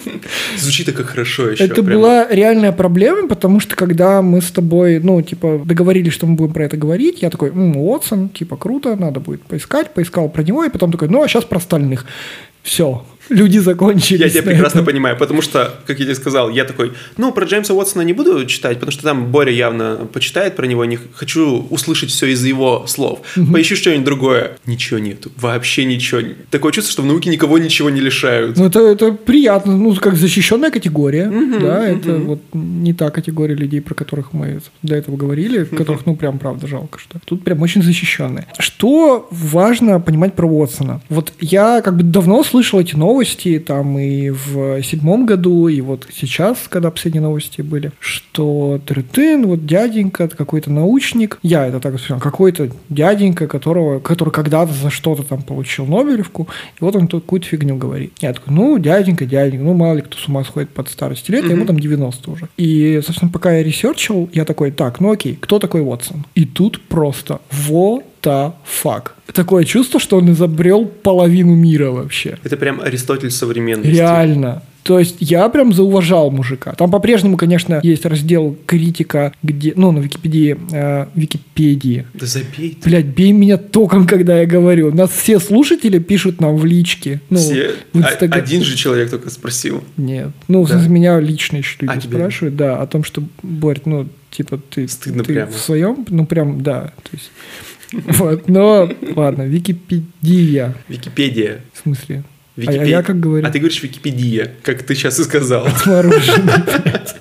Speaker 1: Звучит как хорошо еще.
Speaker 2: Это была реальная проблема, потому что когда мы с тобой, ну, типа, договорились, что мы будем про это говорить, я такой, Уотсон, типа, круто, надо будет поискать, поискал про него, и потом такой, ну, а сейчас про остальных. Все. Люди закончили.
Speaker 1: Я тебя прекрасно понимаю, потому что, как я тебе сказал, я такой, ну, про Джеймса Уотсона не буду читать, потому что там Боря явно почитает про него, не хочу услышать все из его слов. Поищу что-нибудь другое. Ничего нету, вообще ничего. Такое чувство, что в науке никого ничего не лишают.
Speaker 2: Ну, это приятно, ну, как защищенная категория, да, это вот не та категория людей, про которых мы до этого говорили, которых, ну, прям, правда, жалко, что тут прям очень защищенные. Что важно понимать про Уотсона? Вот я как бы давно слышал эти новости, там и в 2007 году, и вот сейчас, когда последние новости были, что Третин, вот дяденька, какой-то научник, я это так воспринял, какой-то дяденька, который когда-то за что-то там получил Нобелевку, и вот он тут какую-то фигню говорит. Я такой, ну, дяденька, ну, мало ли кто с ума сходит под старости лет, ему там 90 уже. И, собственно, пока я ресерчил, я такой, так, ну окей, кто такой Уотсон? И тут просто what the fuck. Такое чувство, что он изобрел половину мира вообще.
Speaker 1: Это прям Аристотель современности.
Speaker 2: Реально. То есть я прям зауважал мужика. Там по-прежнему, конечно, есть раздел критика, где, ну, на Википедии.
Speaker 1: Да забей ты.
Speaker 2: Блядь, бей меня током, когда я говорю. Нас все слушатели пишут нам в личке. Ну,
Speaker 1: все? Один же человек только спросил.
Speaker 2: Нет. Ну,
Speaker 1: да.
Speaker 2: меня лично еще люди
Speaker 1: тебя?
Speaker 2: спрашивают, да, о том, что, Борь, ну, типа, ты
Speaker 1: прямо.
Speaker 2: в своем, ну, прям, да, то есть... Вот, но, ладно, Википедия.
Speaker 1: Википедия.
Speaker 2: В смысле? А я как говорю?
Speaker 1: А ты говоришь Википедия, как ты сейчас и сказал.
Speaker 2: Отмороженный, блядь.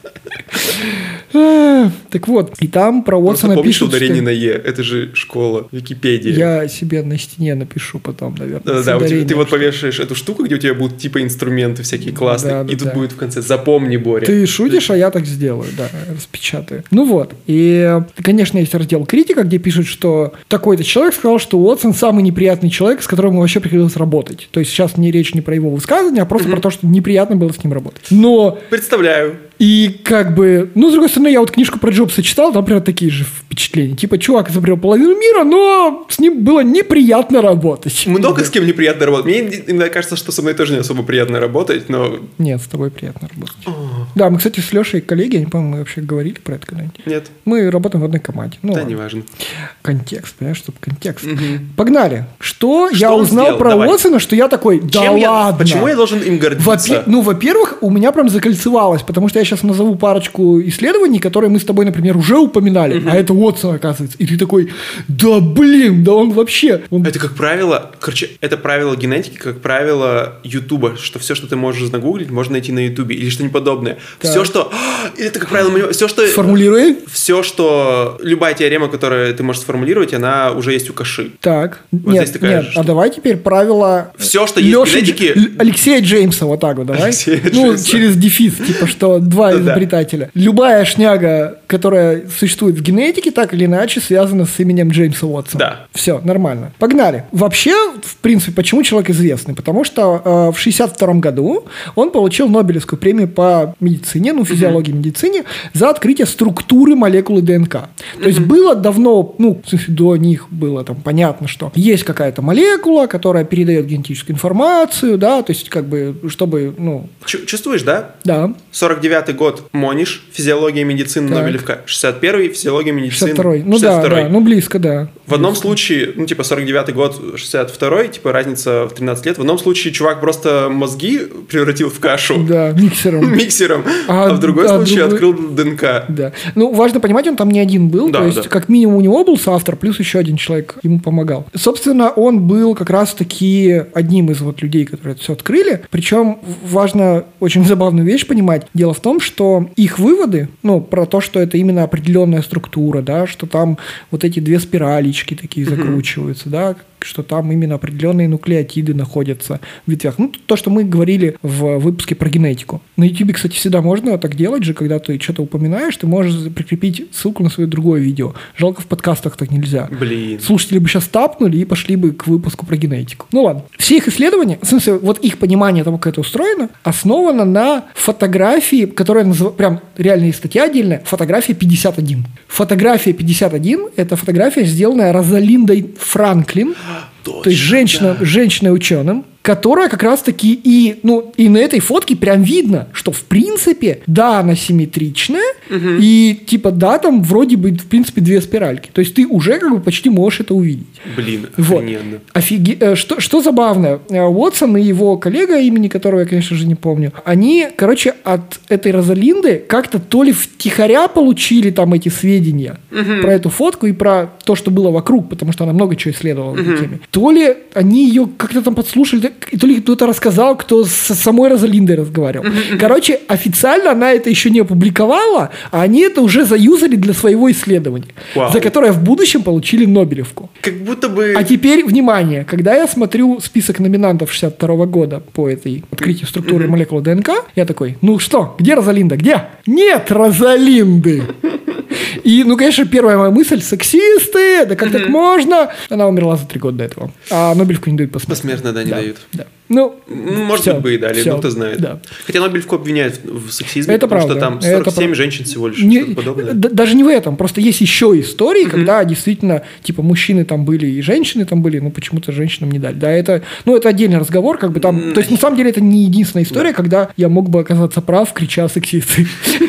Speaker 2: Так вот, и там про Уотсона
Speaker 1: помнишь
Speaker 2: пишут,
Speaker 1: ударение на «е», это же школа, Википедия.
Speaker 2: Я себе на стене напишу потом, наверное.
Speaker 1: Да, ты вот повешаешь эту штуку, где у тебя будут типа инструменты всякие классные, и тут будет в конце «Запомни, Боря».
Speaker 2: Ты шутишь, а я так сделаю, да, распечатаю. Ну вот, и, конечно, есть раздел критика, где пишут, что такой-то человек сказал, что Уотсон самый неприятный человек, с которым ему вообще приходилось работать. То есть сейчас речь не про его высказывания, а просто про то, что неприятно было с ним работать. Но...
Speaker 1: Представляю.
Speaker 2: И как бы, ну, с другой стороны, я вот книжку про Джобса читал, там прям такие же впечатления. Типа, чувак изобрел половину мира, но с ним было неприятно работать.
Speaker 1: Много с кем неприятно работать. Мне иногда кажется, что со мной тоже не особо приятно работать, но...
Speaker 2: Нет, с тобой приятно работать. Да, мы, кстати, с Лешей коллеги, я не помню, мы вообще говорили про это когда-нибудь.
Speaker 1: Нет.
Speaker 2: Мы работаем в одной команде. Ну,
Speaker 1: да, неважно.
Speaker 2: Контекст, понимаешь, чтобы контекст. Погнали. Что я узнал про Уотсона, что я такой, да ладно.
Speaker 1: Почему я должен им гордиться?
Speaker 2: Во-первых, у меня прям закольцевалось, потому что я сейчас назову парочку исследований, которые мы с тобой, например, уже упоминали, а это Уотсон, оказывается. И ты такой, да блин, да он вообще...
Speaker 1: Это, как правило, это правило генетики, как правило Ютуба, что все, что ты можешь загуглить, можно найти на Ютубе или что-нибудь подобное. Так. Все, что... Это, как правило, все, что...
Speaker 2: Сформулируй.
Speaker 1: Все, что... Любая теорема, которую ты можешь сформулировать, она уже есть у Каши.
Speaker 2: Так.
Speaker 1: Вот
Speaker 2: нет,
Speaker 1: что...
Speaker 2: а давай теперь правила...
Speaker 1: Все, что есть в генетике...
Speaker 2: Алексея Джеймса, вот так вот, давай. Через дефис, типа, что два изобретателя. Любая шняга, которая существует в генетике, так или иначе связана с именем Джеймса Уотсона.
Speaker 1: Да.
Speaker 2: Все, нормально. Погнали. Вообще, в принципе, почему человек известный? Потому что в 1962 году он получил Нобелевскую премию по медицине, физиологии медицине, за открытие структуры молекулы ДНК. То есть было давно, до них было там понятно, что есть какая-то молекула, которая передает генетическую информацию, да, то есть как бы, чтобы,
Speaker 1: Чувствуешь, да?
Speaker 2: Да.
Speaker 1: 49-й год Мониш, физиология медицины, Нобелевка. 61-й, физиология медицины.
Speaker 2: 62-й. Да, близко, да.
Speaker 1: В одном случае, 49-й год, 62-й, разница в 13 лет. В одном случае чувак просто мозги превратил в кашу.
Speaker 2: Да, миксером.
Speaker 1: А в другой случае открыл ДНК.
Speaker 2: Да. Важно понимать, он там не один был. То есть, как минимум, у него был соавтор, плюс еще один человек ему помогал. Собственно, он был как раз-таки одним из людей, которые это все открыли. Причем важно очень забавную вещь понимать. Дело в том, что их выводы, про то, что это именно определенная структура, да, что там вот эти две спиралечки такие закручиваются, да, что там именно определенные нуклеотиды находятся в ветвях. То, что мы говорили в выпуске про генетику. На YouTube, кстати, всегда можно так делать же, когда ты что-то упоминаешь, ты можешь прикрепить ссылку на свое другое видео. Жалко, в подкастах так нельзя.
Speaker 1: Блин.
Speaker 2: Слушатели бы сейчас тапнули и пошли бы к выпуску про генетику. Ладно. Все их исследования, в смысле, их понимание того, как это устроено, основано на фотографии, которая называется, прям реальная статья отдельная, фотография 51. Фотография 51 – это фотография, сделанная Розалиндой Франклин,
Speaker 1: Точно,
Speaker 2: то есть женщиной-ученым, которая как раз-таки и на этой фотке прям видно, что в принципе, да, она симметричная, и да, там вроде бы в принципе две спиральки. То есть ты уже почти можешь это увидеть.
Speaker 1: Блин, охрененно.
Speaker 2: Что забавно, Уотсон и его коллега, имени которого я, конечно же, не помню, они, от этой Розалинды как-то то ли втихаря получили там эти сведения про эту фотку и про то, что было вокруг, потому что она много чего исследовала в этой теме. То ли они ее как-то там подслушали, то ли кто-то рассказал, кто с самой Розалиндой разговаривал. Официально она это еще не опубликовала, а они это уже заюзали для своего исследования, за которое в будущем получили Нобелевку.
Speaker 1: Как будто бы...
Speaker 2: А теперь, внимание, когда я смотрю список номинантов 62 года по этой открытию структуры молекулы ДНК, я такой, что, где Розалинда, где? Нет Розалинды! И, конечно, первая моя мысль – сексисты, да как так можно? Она умерла за 3 года до этого. А Нобелевку не дают посмертно.
Speaker 1: Посмертно, не дают.
Speaker 2: Да.
Speaker 1: Может быть, бы и дали, кто знает.
Speaker 2: Да.
Speaker 1: Хотя Нобелевку обвиняют в сексизме,
Speaker 2: это
Speaker 1: потому
Speaker 2: правда.
Speaker 1: что там 47 женщин всего лишь, что-то подобное.
Speaker 2: Даже не в этом, просто есть еще истории, когда действительно, мужчины там были и женщины там были, но почему-то женщинам не дали. Да, это отдельный разговор, там, то есть, на самом деле, это не единственная история, когда я мог бы оказаться прав, крича сексисты.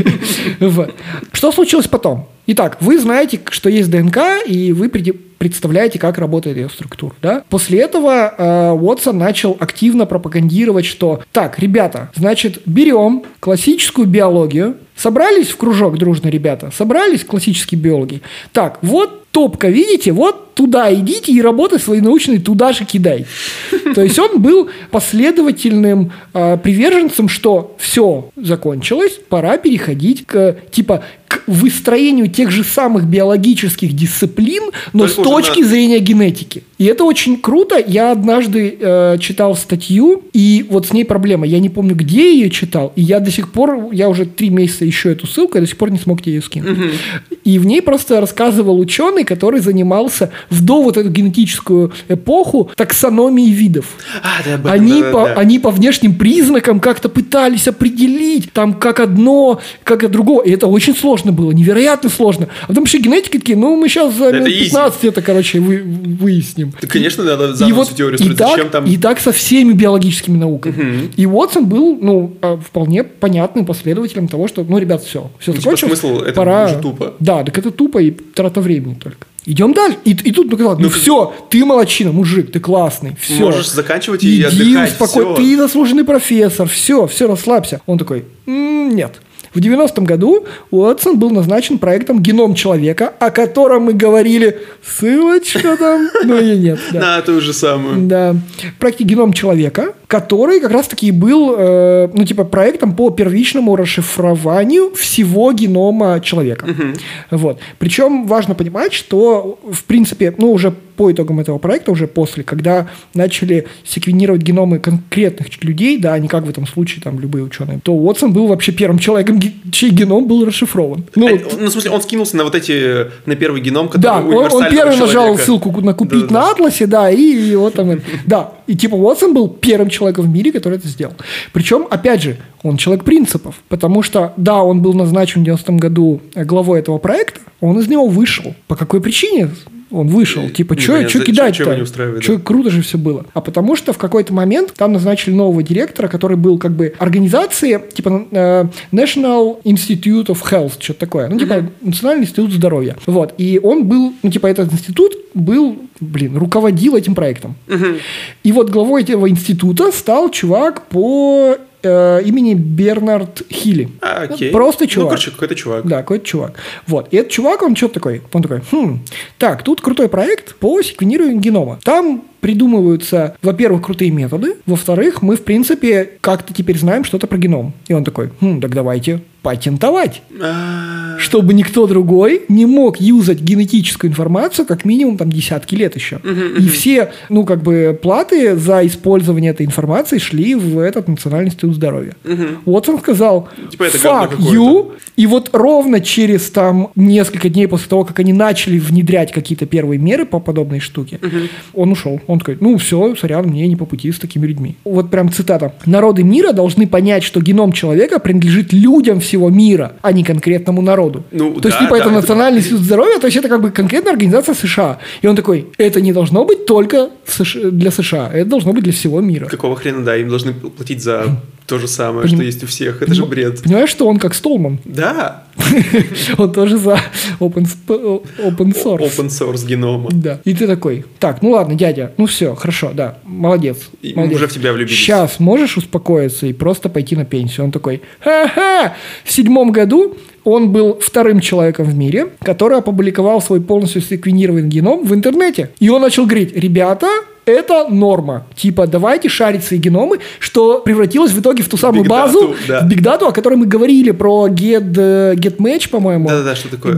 Speaker 2: Что случилось потом? Итак, вы знаете, что есть ДНК, и вы представляете, как работает ее структура. Да? После этого Уотсон начал активно пропагандировать, что так, ребята, значит, берем классическую биологию, собрались в кружок дружно, ребята, собрались классические биологи. Так, вот топка, видите, вот туда идите и работы свои научные туда же кидайте. То есть он был последовательным приверженцем, что все закончилось, пора переходить к выстроению тех же самых биологических дисциплин, но с точки зрения генетики. И это очень круто. Я однажды читал статью, и вот с ней проблема. Я не помню, где я ее читал, и я до сих пор, я уже 3 месяца ищу эту ссылку, я до сих пор не смог тебе ее скинуть. И в ней просто рассказывал ученый, который занимался в эту генетическую эпоху таксономией видов. Они по внешним признакам как-то пытались определить, там, как одно, как от другого. И это очень сложно было, невероятно сложно. А потом еще генетики такие, мы сейчас за 15 это, выясним.
Speaker 1: Да, конечно, надо заново всю теорию строить. Зачем там...
Speaker 2: И так со всеми биологическими науками. И Уотсон был, вполне понятным последователем того, что, ребят, все закончилось.
Speaker 1: Смысл, это
Speaker 2: пора...
Speaker 1: уже тупо.
Speaker 2: Да, так это тупо и трата времени только. Идем дальше. И тут все, ты молодчина, мужик, ты классный, все.
Speaker 1: Можешь заканчивать и отдыхать,
Speaker 2: все. Ты заслуженный профессор, все, расслабься. Он такой, нет. В 90-м году Уотсон был назначен проектом «Геном человека», о котором мы говорили. Ссылочка там. И нет.
Speaker 1: На ту же самую.
Speaker 2: Да. В проекте «Геном человека», который как раз-таки был проектом по первичному расшифрованию всего генома человека. Вот. Причем важно понимать, что, в принципе, уже по итогам этого проекта, уже после, когда начали секвенировать геномы конкретных людей, да, не как в этом случае там любые ученые, то Уотсон был вообще первым человеком, чей геном был расшифрован.
Speaker 1: В смысле, он скинулся на первый геном, который
Speaker 2: он первый нажал ссылку на «Купить» на Атласе, да, и вот там... Да, и Уотсон был первым человеком в мире, который это сделал. Причем, опять же, он человек принципов, потому что, да, он был назначен в 90-м году главой этого проекта, он из него вышел. По какой причине? Он вышел. Типа, что кидать-то?
Speaker 1: Чего не устраивает?
Speaker 2: Что, круто же все было. А потому что в какой-то момент там назначили нового директора, который был как бы организации, типа National Institute of Health, что-то такое. Ну, типа, Национальный институт здоровья. Вот. И он был, ну, типа, этот институт был, руководил этим проектом. И вот главой этого института стал чувак по имени Бернард Хилли.
Speaker 1: Окей.
Speaker 2: Просто чувак.
Speaker 1: Ну, короче, какой-то чувак.
Speaker 2: Да, какой-то чувак. Вот. И этот чувак, он что-то такой? Он такой, так, тут крутой проект по секвенированию генома. Там придумываются, во-первых, крутые методы, во-вторых, мы, в принципе, как-то теперь знаем что-то про геном. И он такой, так давайте патентовать. Чтобы никто другой не мог юзать генетическую информацию как минимум там десятки лет еще. И все, ну, как бы, платы за использование этой информации шли в этот Национальный институт здоровья. Вот он сказал,
Speaker 1: типа
Speaker 2: fuck you. И вот ровно через там несколько дней после того, как они начали внедрять какие-то первые меры по подобной штуке, он ушел. Он такой, ну все, сорян, мне не по пути с такими людьми. Вот прям цитата. «Народы мира должны понять, что геном человека принадлежит людям всего мира, а не конкретному народу».
Speaker 1: Ну,
Speaker 2: то есть, типа, это Национальный институт здоровья, то есть, это как бы конкретная организация США. И он такой, это не должно быть только для США, это должно быть для всего мира.
Speaker 1: Какого хрена, да, им должны платить за то же самое, что есть у всех. Это же бред.
Speaker 2: Понимаешь, что он как Столман?
Speaker 1: Да.
Speaker 2: Он тоже за open source.
Speaker 1: Open source генома.
Speaker 2: Да. И ты такой, так, ну ладно, дядя, ну все, хорошо, да, молодец.
Speaker 1: Мы уже в тебя влюбились.
Speaker 2: Сейчас можешь успокоиться и просто пойти на пенсию? Он такой, ха-ха! В 2007 году он был вторым человеком в мире, который опубликовал свой полностью секвенированный геном в интернете. И он начал говорить, ребята, это норма. Типа, давайте шарить свои геномы, что превратилось в итоге в ту самую базу, в бигдату, о которой мы говорили, про GetMatch, по-моему.
Speaker 1: Да-да-да, что такое?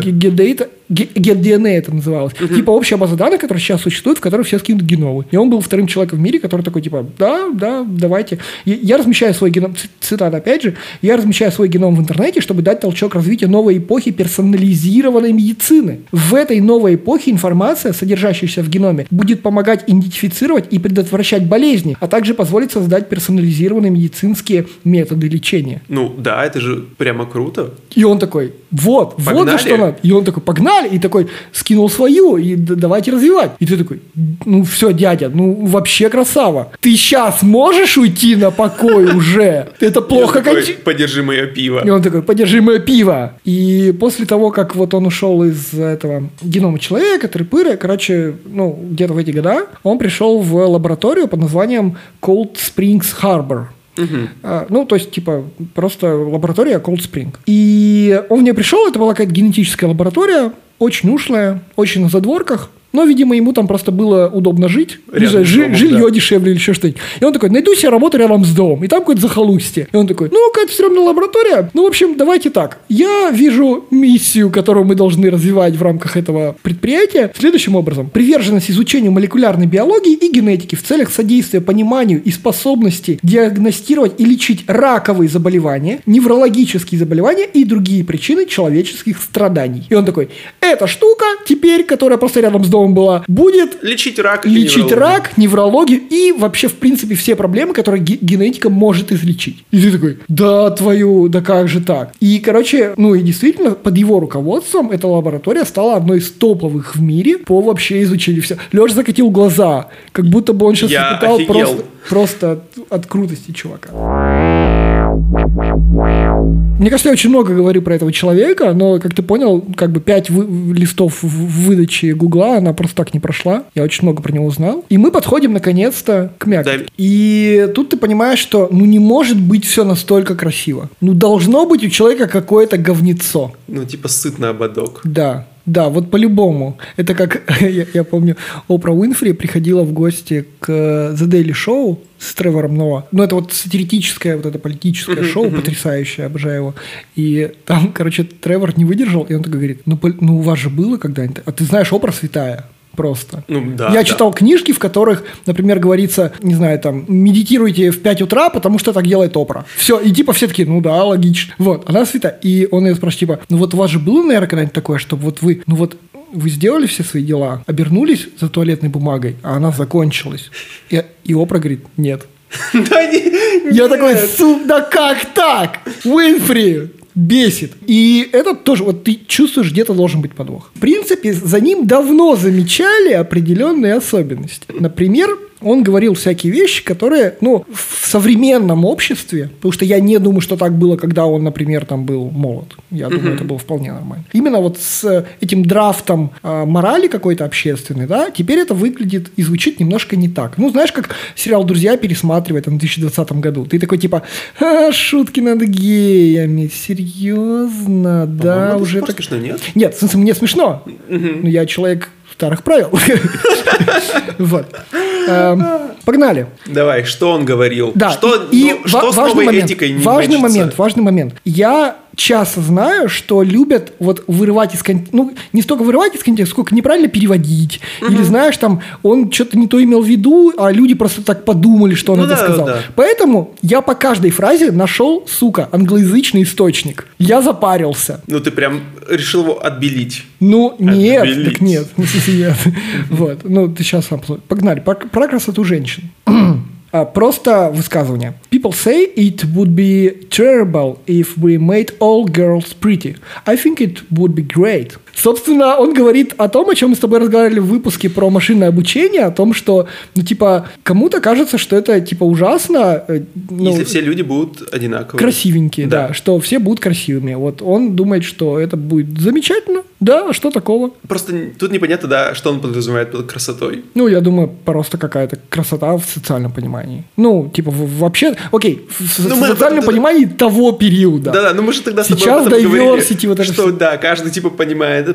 Speaker 2: GetDNA это называлось. Типа, общая база данных, которая сейчас существует, в которой все скинут геномы. И он был вторым человеком в мире, который такой, типа, да, давайте. Я размещаю свой геном, цитата опять же, я размещаю свой геном в интернете, чтобы дать толчок развитию новой эпохи персонализированной медицины. В этой новой эпохе информация, содержащаяся в геноме, будет помогать идентифицировать и предотвращать болезни, а также позволит создать персонализированные медицинские методы лечения.
Speaker 1: Ну да, это же прямо круто.
Speaker 2: И он такой, вот за что надо. И он такой, погнали, и такой, скинул свою, и давайте развивать. И ты такой, ну все, дядя, ну вообще красава. Ты сейчас можешь уйти на покой уже? Это плохо кончится.
Speaker 1: Подержи мое пиво.
Speaker 2: И он такой, подержи мое пиво. И после того, как вот он ушел из этого генома человека, трипыры, короче, ну где-то в эти года, он пришел в лабораторию под названием Cold Springs Harbor. Ну, то есть, типа, просто лаборатория Cold Spring. И он в нее пришел, это была какая-то генетическая лаборатория, очень ушлая, очень на задворках. Но, видимо, ему там просто было удобно жить. Жилье дешевле или еще что-нибудь. И он такой, найду себе работу рядом с домом. И там какое-то захолустье. И он такой, ну, какая-то стрёмная лаборатория. Ну, в общем, давайте так. Я вижу миссию, которую мы должны развивать в рамках этого предприятия следующим образом. Приверженность изучению молекулярной биологии и генетики в целях содействия пониманию и способности диагностировать и лечить раковые заболевания, неврологические заболевания и другие причины человеческих страданий. И он такой, эта штука теперь, которая просто рядом с домом была, будет
Speaker 1: лечить рак,
Speaker 2: неврологию и вообще, в принципе, все проблемы, которые генетика может излечить. И ты такой, да как же так? И, короче, ну и действительно, под его руководством эта лаборатория стала одной из топовых в мире по вообще изучению всего. Леша закатил глаза, как будто бы он сейчас испытал просто от крутости чувака. Мне кажется, я очень много говорю про этого человека, но, как ты понял, как бы 5 листов в выдаче Гугла она просто так не прошла. Я очень много про него узнал. И мы подходим, наконец-то, к мякоти. Да. И тут ты понимаешь, что ну не может быть все настолько красиво. Ну должно быть у человека какое-то говнецо.
Speaker 1: Ну типа сытный ободок.
Speaker 2: Да, вот по-любому. Это как, я помню, Опра Уинфри приходила в гости к The Daily Show с Тревором Ноа. Ну, это вот сатирическое, вот это политическое шоу, потрясающее, обожаю его. И там, короче, Тревор не выдержал, и он такой говорит, ну у вас же было когда-нибудь... А ты знаешь, Опра святая. Просто. Я читал книжки, в которых, например, говорится, не знаю, там, медитируйте в 5 утра, потому что так делает Опра. Все, и типа все такие, ну да, логично. Вот, она святая. И он ее спрашивает, типа, ну вот у вас же было, наверное, когда-нибудь такое, чтобы вот вы, вы сделали все свои дела, обернулись за туалетной бумагой, а она закончилась. И Опра говорит, нет. Я такой, да как так? Уинфри, Бесит. И это тоже, вот ты чувствуешь, где-то должен быть подвох. В принципе, за ним давно замечали определенные особенности. Например, он говорил всякие вещи, которые, ну, в современном обществе, потому что я не думаю, что так было, когда он, например, там был молод. Я думаю, это было вполне нормально. Именно вот с этим драфтом морали какой-то общественной, да, теперь это выглядит и звучит немножко не так. Ну, знаешь, как сериал «Друзья» пересматривает в 2020 году. Ты такой, типа, шутки над геями, серьезно, да, уже так...
Speaker 1: Смешно, нет?
Speaker 2: Нет, в смысле, мне смешно. Но я человек старых правил. Вот. Погнали.
Speaker 1: Давай, что он говорил?
Speaker 2: Да,
Speaker 1: что с новой этикой не
Speaker 2: важный момент. Я часто знаю, что любят вот вырывать из контекста, ну, не столько вырывать из контекста, сколько неправильно переводить. Или, знаешь, там, он что-то не то имел в виду, а люди просто так подумали, что он это сказал. Да. Поэтому я по каждой фразе нашел, сука, англоязычный источник. Я запарился.
Speaker 1: Ну, ты прям решил его отбелить.
Speaker 2: Ну, нет, так нет. Вот, ну, ты сейчас сам... Погнали, про красоту женщин. Просто высказывание. People say it would be terrible if we made all girls pretty. I think it would be great. Собственно, он говорит о том, о чем мы с тобой разговаривали в выпуске про машинное обучение, о том, что, ну, типа, кому-то кажется, что это, типа, ужасно. Ну,
Speaker 1: если все люди будут одинаковые.
Speaker 2: Красивенькие, да, что все будут красивыми. Вот он думает, что это будет замечательно. Да, что такого?
Speaker 1: Просто тут непонятно, да, что он подразумевает под красотой.
Speaker 2: Ну, я думаю, просто какая-то красота в социальном понимании. Ну, типа, вообще, окей, в социальном понимании того периода.
Speaker 1: Да-да, ну мы же тогда с тобой
Speaker 2: сейчас diversity, вот это
Speaker 1: что, да, каждый, типа, понимает,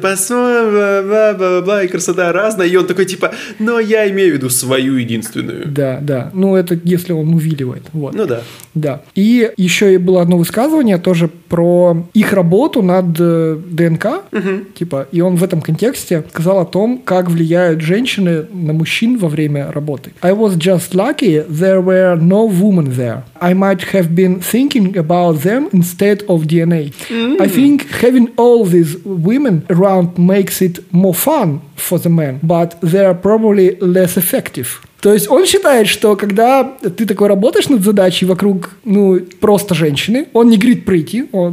Speaker 1: бла-бла-бла, и красота разная, и он такой, типа, но я имею в виду свою единственную.
Speaker 2: Да, да, ну, это если он увиливает, вот.
Speaker 1: Ну, да.
Speaker 2: Да, и еще и было одно высказывание тоже про их работу над ДНК, типа, и он в этом контексте сказал о том, как влияют женщины на мужчин во время работы. I was just lucky there were no women there. I might have been thinking about them instead of DNA. I think having all these women around makes it more fun for the men, but they're probably less effective. То есть он считает, что когда ты такой работаешь над задачей вокруг, ну, просто женщины, он не говорит pretty, он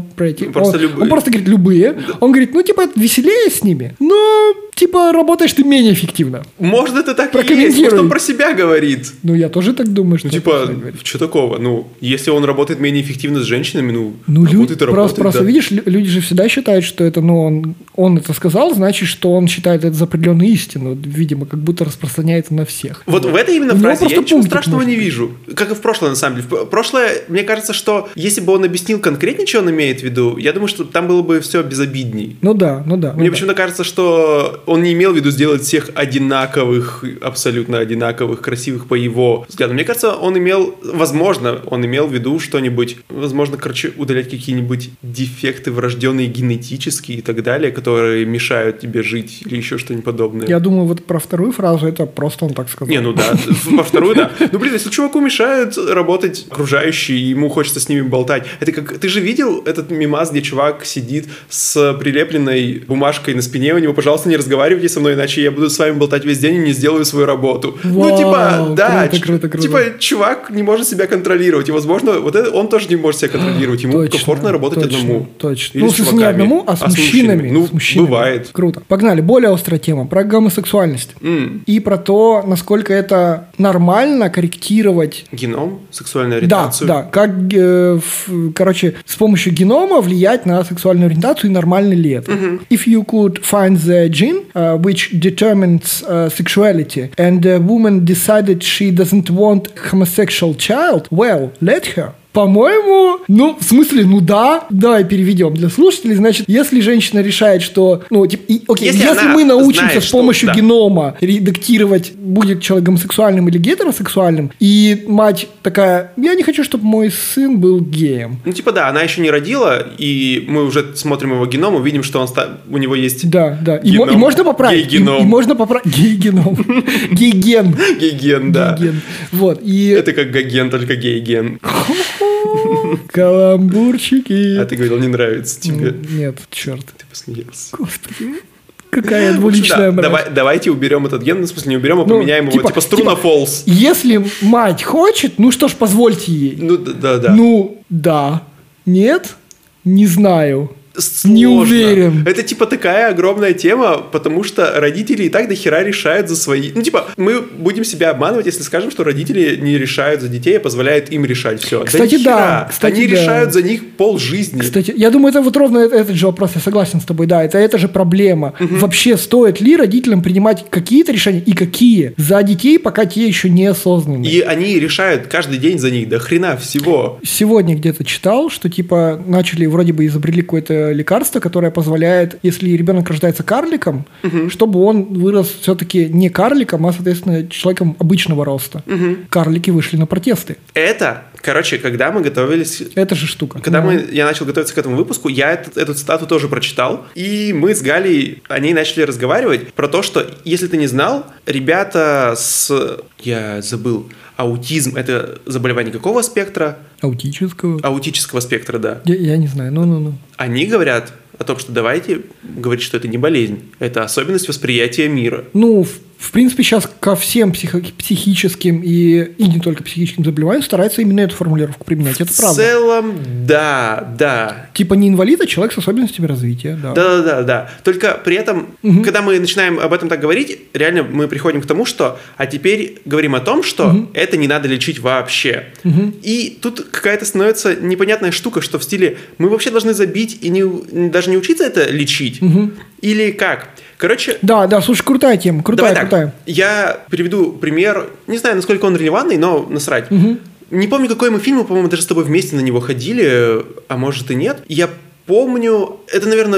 Speaker 2: просто говорит любые. Да. Он говорит, ну, типа, веселее с ними, но, типа, работаешь ты менее эффективно.
Speaker 1: Может, это так и есть, может, он про себя говорит.
Speaker 2: Ну, я тоже так думаю, что...
Speaker 1: Ну, типа, что такого? Ну, если он работает менее эффективно с женщинами,
Speaker 2: работает и работает. Просто да. Видишь, люди же всегда считают, что это, ну, он это сказал, значит, что он считает это за определенную истину, видимо, как будто распространяется на всех.
Speaker 1: Вот в этой именно фразе я ничего страшного не вижу. Как и в прошлое, на самом деле. В прошлое, мне кажется, что если бы он объяснил конкретнее, что он имеет в виду, я думаю, что там было бы все безобидней.
Speaker 2: Ну да.
Speaker 1: Мне почему-то кажется, что он не имел в виду сделать всех одинаковых, абсолютно одинаковых, красивых по его взгляду. Мне кажется, он имел в виду что-нибудь, возможно, удалять какие-нибудь дефекты врожденные генетические и так далее, которые мешают тебе жить или еще что-нибудь подобное.
Speaker 2: Я думаю, вот про вторую фразу это просто он так сказал.
Speaker 1: Не, ну да, во вторую, да. Ну, блин, если чуваку мешают работать окружающие, ему хочется с ними болтать. Это как... Ты же видел этот мемас, где чувак сидит с прилепленной бумажкой на спине, у него, пожалуйста, не разговаривайте со мной, иначе я буду с вами болтать весь день и не сделаю свою работу.
Speaker 2: Вау,
Speaker 1: ну, типа, да,
Speaker 2: круто.
Speaker 1: Типа, чувак не может себя контролировать, и, возможно, вот это, он тоже не может себя контролировать, ему комфортно работать одному.
Speaker 2: Точно. Ну, не одному, а с мужчинами.
Speaker 1: Ну, бывает.
Speaker 2: Круто. Погнали, более острая тема, про гомосексуальность. И про то, насколько это нормально корректировать...
Speaker 1: Геном? Сексуальную ориентацию?
Speaker 2: Да. Как, с помощью генома влиять на сексуальную ориентацию и нормально ли это. If you could find the gene which determines sexuality and the woman decided she doesn't want homosexual child, well, let her. По-моему, ну, в смысле, ну да, давай переведем для слушателей. Значит, если женщина решает, что, ну, типа, если мы научимся с помощью генома редактировать, будет человек гомосексуальным или гетеросексуальным, и мать такая, я не хочу, чтобы мой сын был геем.
Speaker 1: Ну, типа, да, она еще не родила, и мы уже смотрим его геном, увидим, что у него есть
Speaker 2: да.
Speaker 1: Геном.
Speaker 2: И можно поправить.
Speaker 1: Гей-геном.
Speaker 2: И можно поправить. Гей-геном. Гей-ген.
Speaker 1: Гей-ген, да.
Speaker 2: Вот, и...
Speaker 1: Это как гаген, только гей-ген.
Speaker 2: Каламбурчики.
Speaker 1: А ты говорил, не нравится тебе.
Speaker 2: Нет, черт.
Speaker 1: Ты посмеялся.
Speaker 2: Господи. Какая двуличная мразь.
Speaker 1: Давайте уберем этот ген, в смысле не уберем, а поменяем его, типа Струна Фолс.
Speaker 2: Если мать хочет, ну что ж, позвольте ей.
Speaker 1: Ну, да.
Speaker 2: Ну, да. Нет? Не знаю.
Speaker 1: Сложно.
Speaker 2: Не уверен.
Speaker 1: Это, типа, такая огромная тема, потому что родители и так до хера решают за свои... Ну, типа, мы будем себя обманывать, если скажем, что родители не решают за детей, а позволяют им решать все.
Speaker 2: Кстати, да. Кстати,
Speaker 1: они решают за них полжизни.
Speaker 2: Кстати, я думаю, это вот ровно этот же вопрос, я согласен с тобой, да, это же проблема. Вообще, стоит ли родителям принимать какие-то решения и какие за детей, пока те еще не осознаны?
Speaker 1: И они решают каждый день за них, до хрена всего.
Speaker 2: Сегодня где-то читал, что, типа, начали, вроде бы изобрели какое-то лекарство, которое позволяет, если ребенок рождается карликом, чтобы он вырос все-таки не карликом, а, соответственно, человеком обычного роста. Карлики вышли на протесты.
Speaker 1: Это, короче, когда мы готовились...
Speaker 2: Это же штука.
Speaker 1: Когда я начал готовиться к этому выпуску, я эту цитату тоже прочитал, и мы с Галей о ней начали разговаривать про то, что, если ты не знал, ребята с... Я забыл. Аутизм – это заболевание какого спектра?
Speaker 2: Аутического.
Speaker 1: Аутического спектра, да.
Speaker 2: Я не знаю, ну.
Speaker 1: Они говорят о том, что давайте говорить, что это не болезнь, это особенность восприятия мира.
Speaker 2: Ну, в принципе, сейчас ко всем психическим и не только психическим заболеваниям стараются именно эту формулировку применять. Это правда.
Speaker 1: В целом, да.
Speaker 2: Типа не инвалид, а человек с особенностями развития.
Speaker 1: Да. Только при этом, когда мы начинаем об этом так говорить, реально мы приходим к тому, что а теперь говорим о том, что это не надо лечить вообще. И тут какая-то становится непонятная штука, что в стиле мы вообще должны забить и даже не учиться это лечить. Или как? Короче...
Speaker 2: Да, слушай, крутая тема, крутая.
Speaker 1: Я приведу пример, не знаю, насколько он релевантный, но насрать. Не помню, какой мы фильм, по-моему, даже с тобой вместе на него ходили, а может и нет. Я помню, это, наверное,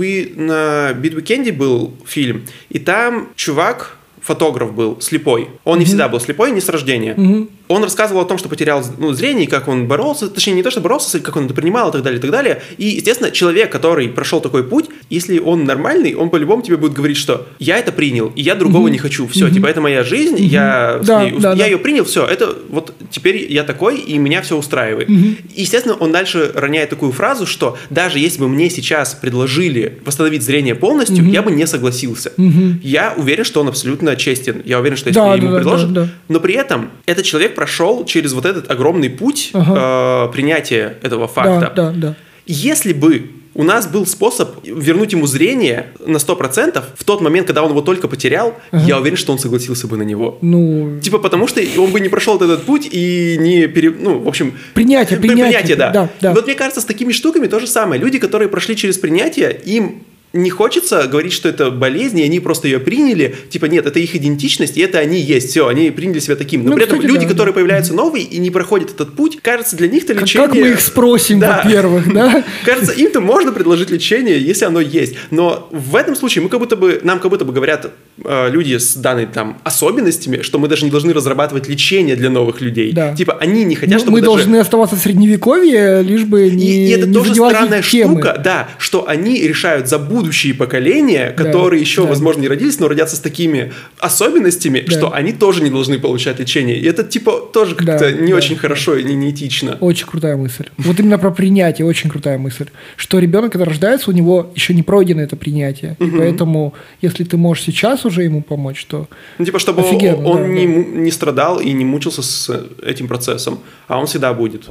Speaker 1: на Beat Weekend был фильм, и там чувак, фотограф был, слепой. Он не всегда был слепой, не с рождения. Он рассказывал о том, что потерял зрение, как он боролся, точнее, не то, что боролся, как он это принимал и так далее, и так далее. И, естественно, человек, который прошел такой путь, если он нормальный, он по-любому тебе будет говорить, что я это принял, и я другого не хочу. Все, типа, это моя жизнь, я ее принял, все, это вот теперь я такой, и меня все устраивает. И, естественно, он дальше роняет такую фразу, что даже если бы мне сейчас предложили восстановить зрение полностью, я бы не согласился. Я уверен, что он абсолютно честен. Я уверен, что если ему предложат, но при этом этот человек прошел через вот этот огромный путь принятия этого факта.
Speaker 2: Да.
Speaker 1: Если бы у нас был способ вернуть ему зрение на 100%, в тот момент, когда он его только потерял, я уверен, что он согласился бы на него.
Speaker 2: Ну...
Speaker 1: Типа потому что он бы не прошел этот путь и не... в общем...
Speaker 2: Принятие,
Speaker 1: да. И вот мне кажется, с такими штуками то же самое. Люди, которые прошли через принятие, им... не хочется говорить, что это болезнь, и они просто ее приняли. Типа, нет, это их идентичность, и это они есть. Все, они приняли себя таким. Но при этом люди, которые появляются новые и не проходят этот путь, кажется, для них-то лечение...
Speaker 2: Как мы их спросим, во-первых, да?
Speaker 1: Кажется, им-то можно предложить лечение, если оно есть. Но в этом случае нам как будто бы говорят люди с данной там особенностями, что мы даже не должны разрабатывать лечение для новых людей.
Speaker 2: Да.
Speaker 1: Типа, они не хотят, чтобы
Speaker 2: мы должны оставаться в средневековье, лишь бы не
Speaker 1: И это
Speaker 2: не
Speaker 1: тоже
Speaker 2: задевать
Speaker 1: странная
Speaker 2: их темы.
Speaker 1: штука, да, что они решают за будущие поколения, которые еще, возможно, не родились, но родятся с такими особенностями, что они тоже не должны получать лечение. И это, типа, тоже как-то не очень хорошо и не неэтично.
Speaker 2: Очень крутая мысль. Вот именно про принятие очень крутая мысль. Что ребенок, когда рождается, у него еще не пройдено это принятие. И поэтому, если ты можешь сейчас уже ему помочь, то
Speaker 1: типа, чтобы он не страдал и не мучился с этим процессом, а он всегда будет.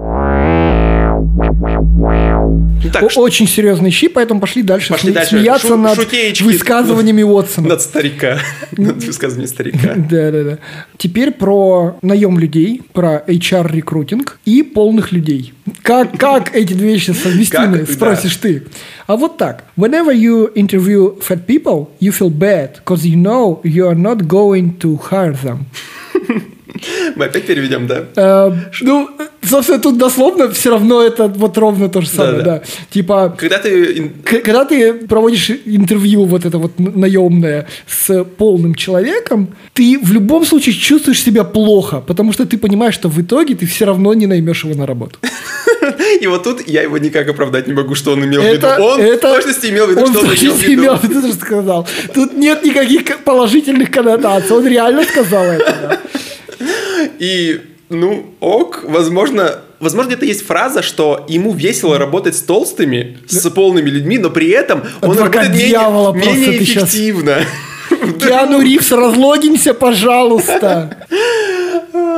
Speaker 2: Очень серьезный щи, поэтому пошли дальше смеяться над высказываниями Уотсона.
Speaker 1: Над старика. Над высказываниями старика.
Speaker 2: Да. Теперь про наем людей, про HR-рекрутинг и полных людей. Как эти две вещи совместимы, спросишь ты. А вот так. Whenever you interview fat people, you feel bad, because you know you are not going to hire them.
Speaker 1: Мы опять переведем, да?
Speaker 2: Собственно, тут дословно все равно это вот ровно то же самое, да. Типа, когда ты проводишь интервью вот это вот наемное с полным человеком, ты в любом случае чувствуешь себя плохо, потому что ты понимаешь, что в итоге ты все равно не наймешь его на работу.
Speaker 1: И вот тут я его никак оправдать не могу, что он имел в виду. Он в точности имел в виду, что он имел в виду.
Speaker 2: Ты же сказал. Тут нет никаких положительных коннотаций. Он реально сказал это.
Speaker 1: И, возможно, где-то есть фраза, что ему весело работать с толстыми, с полными людьми, но при этом он работает менее эффективно.
Speaker 2: Киану Ривз, разлогимся, пожалуйста.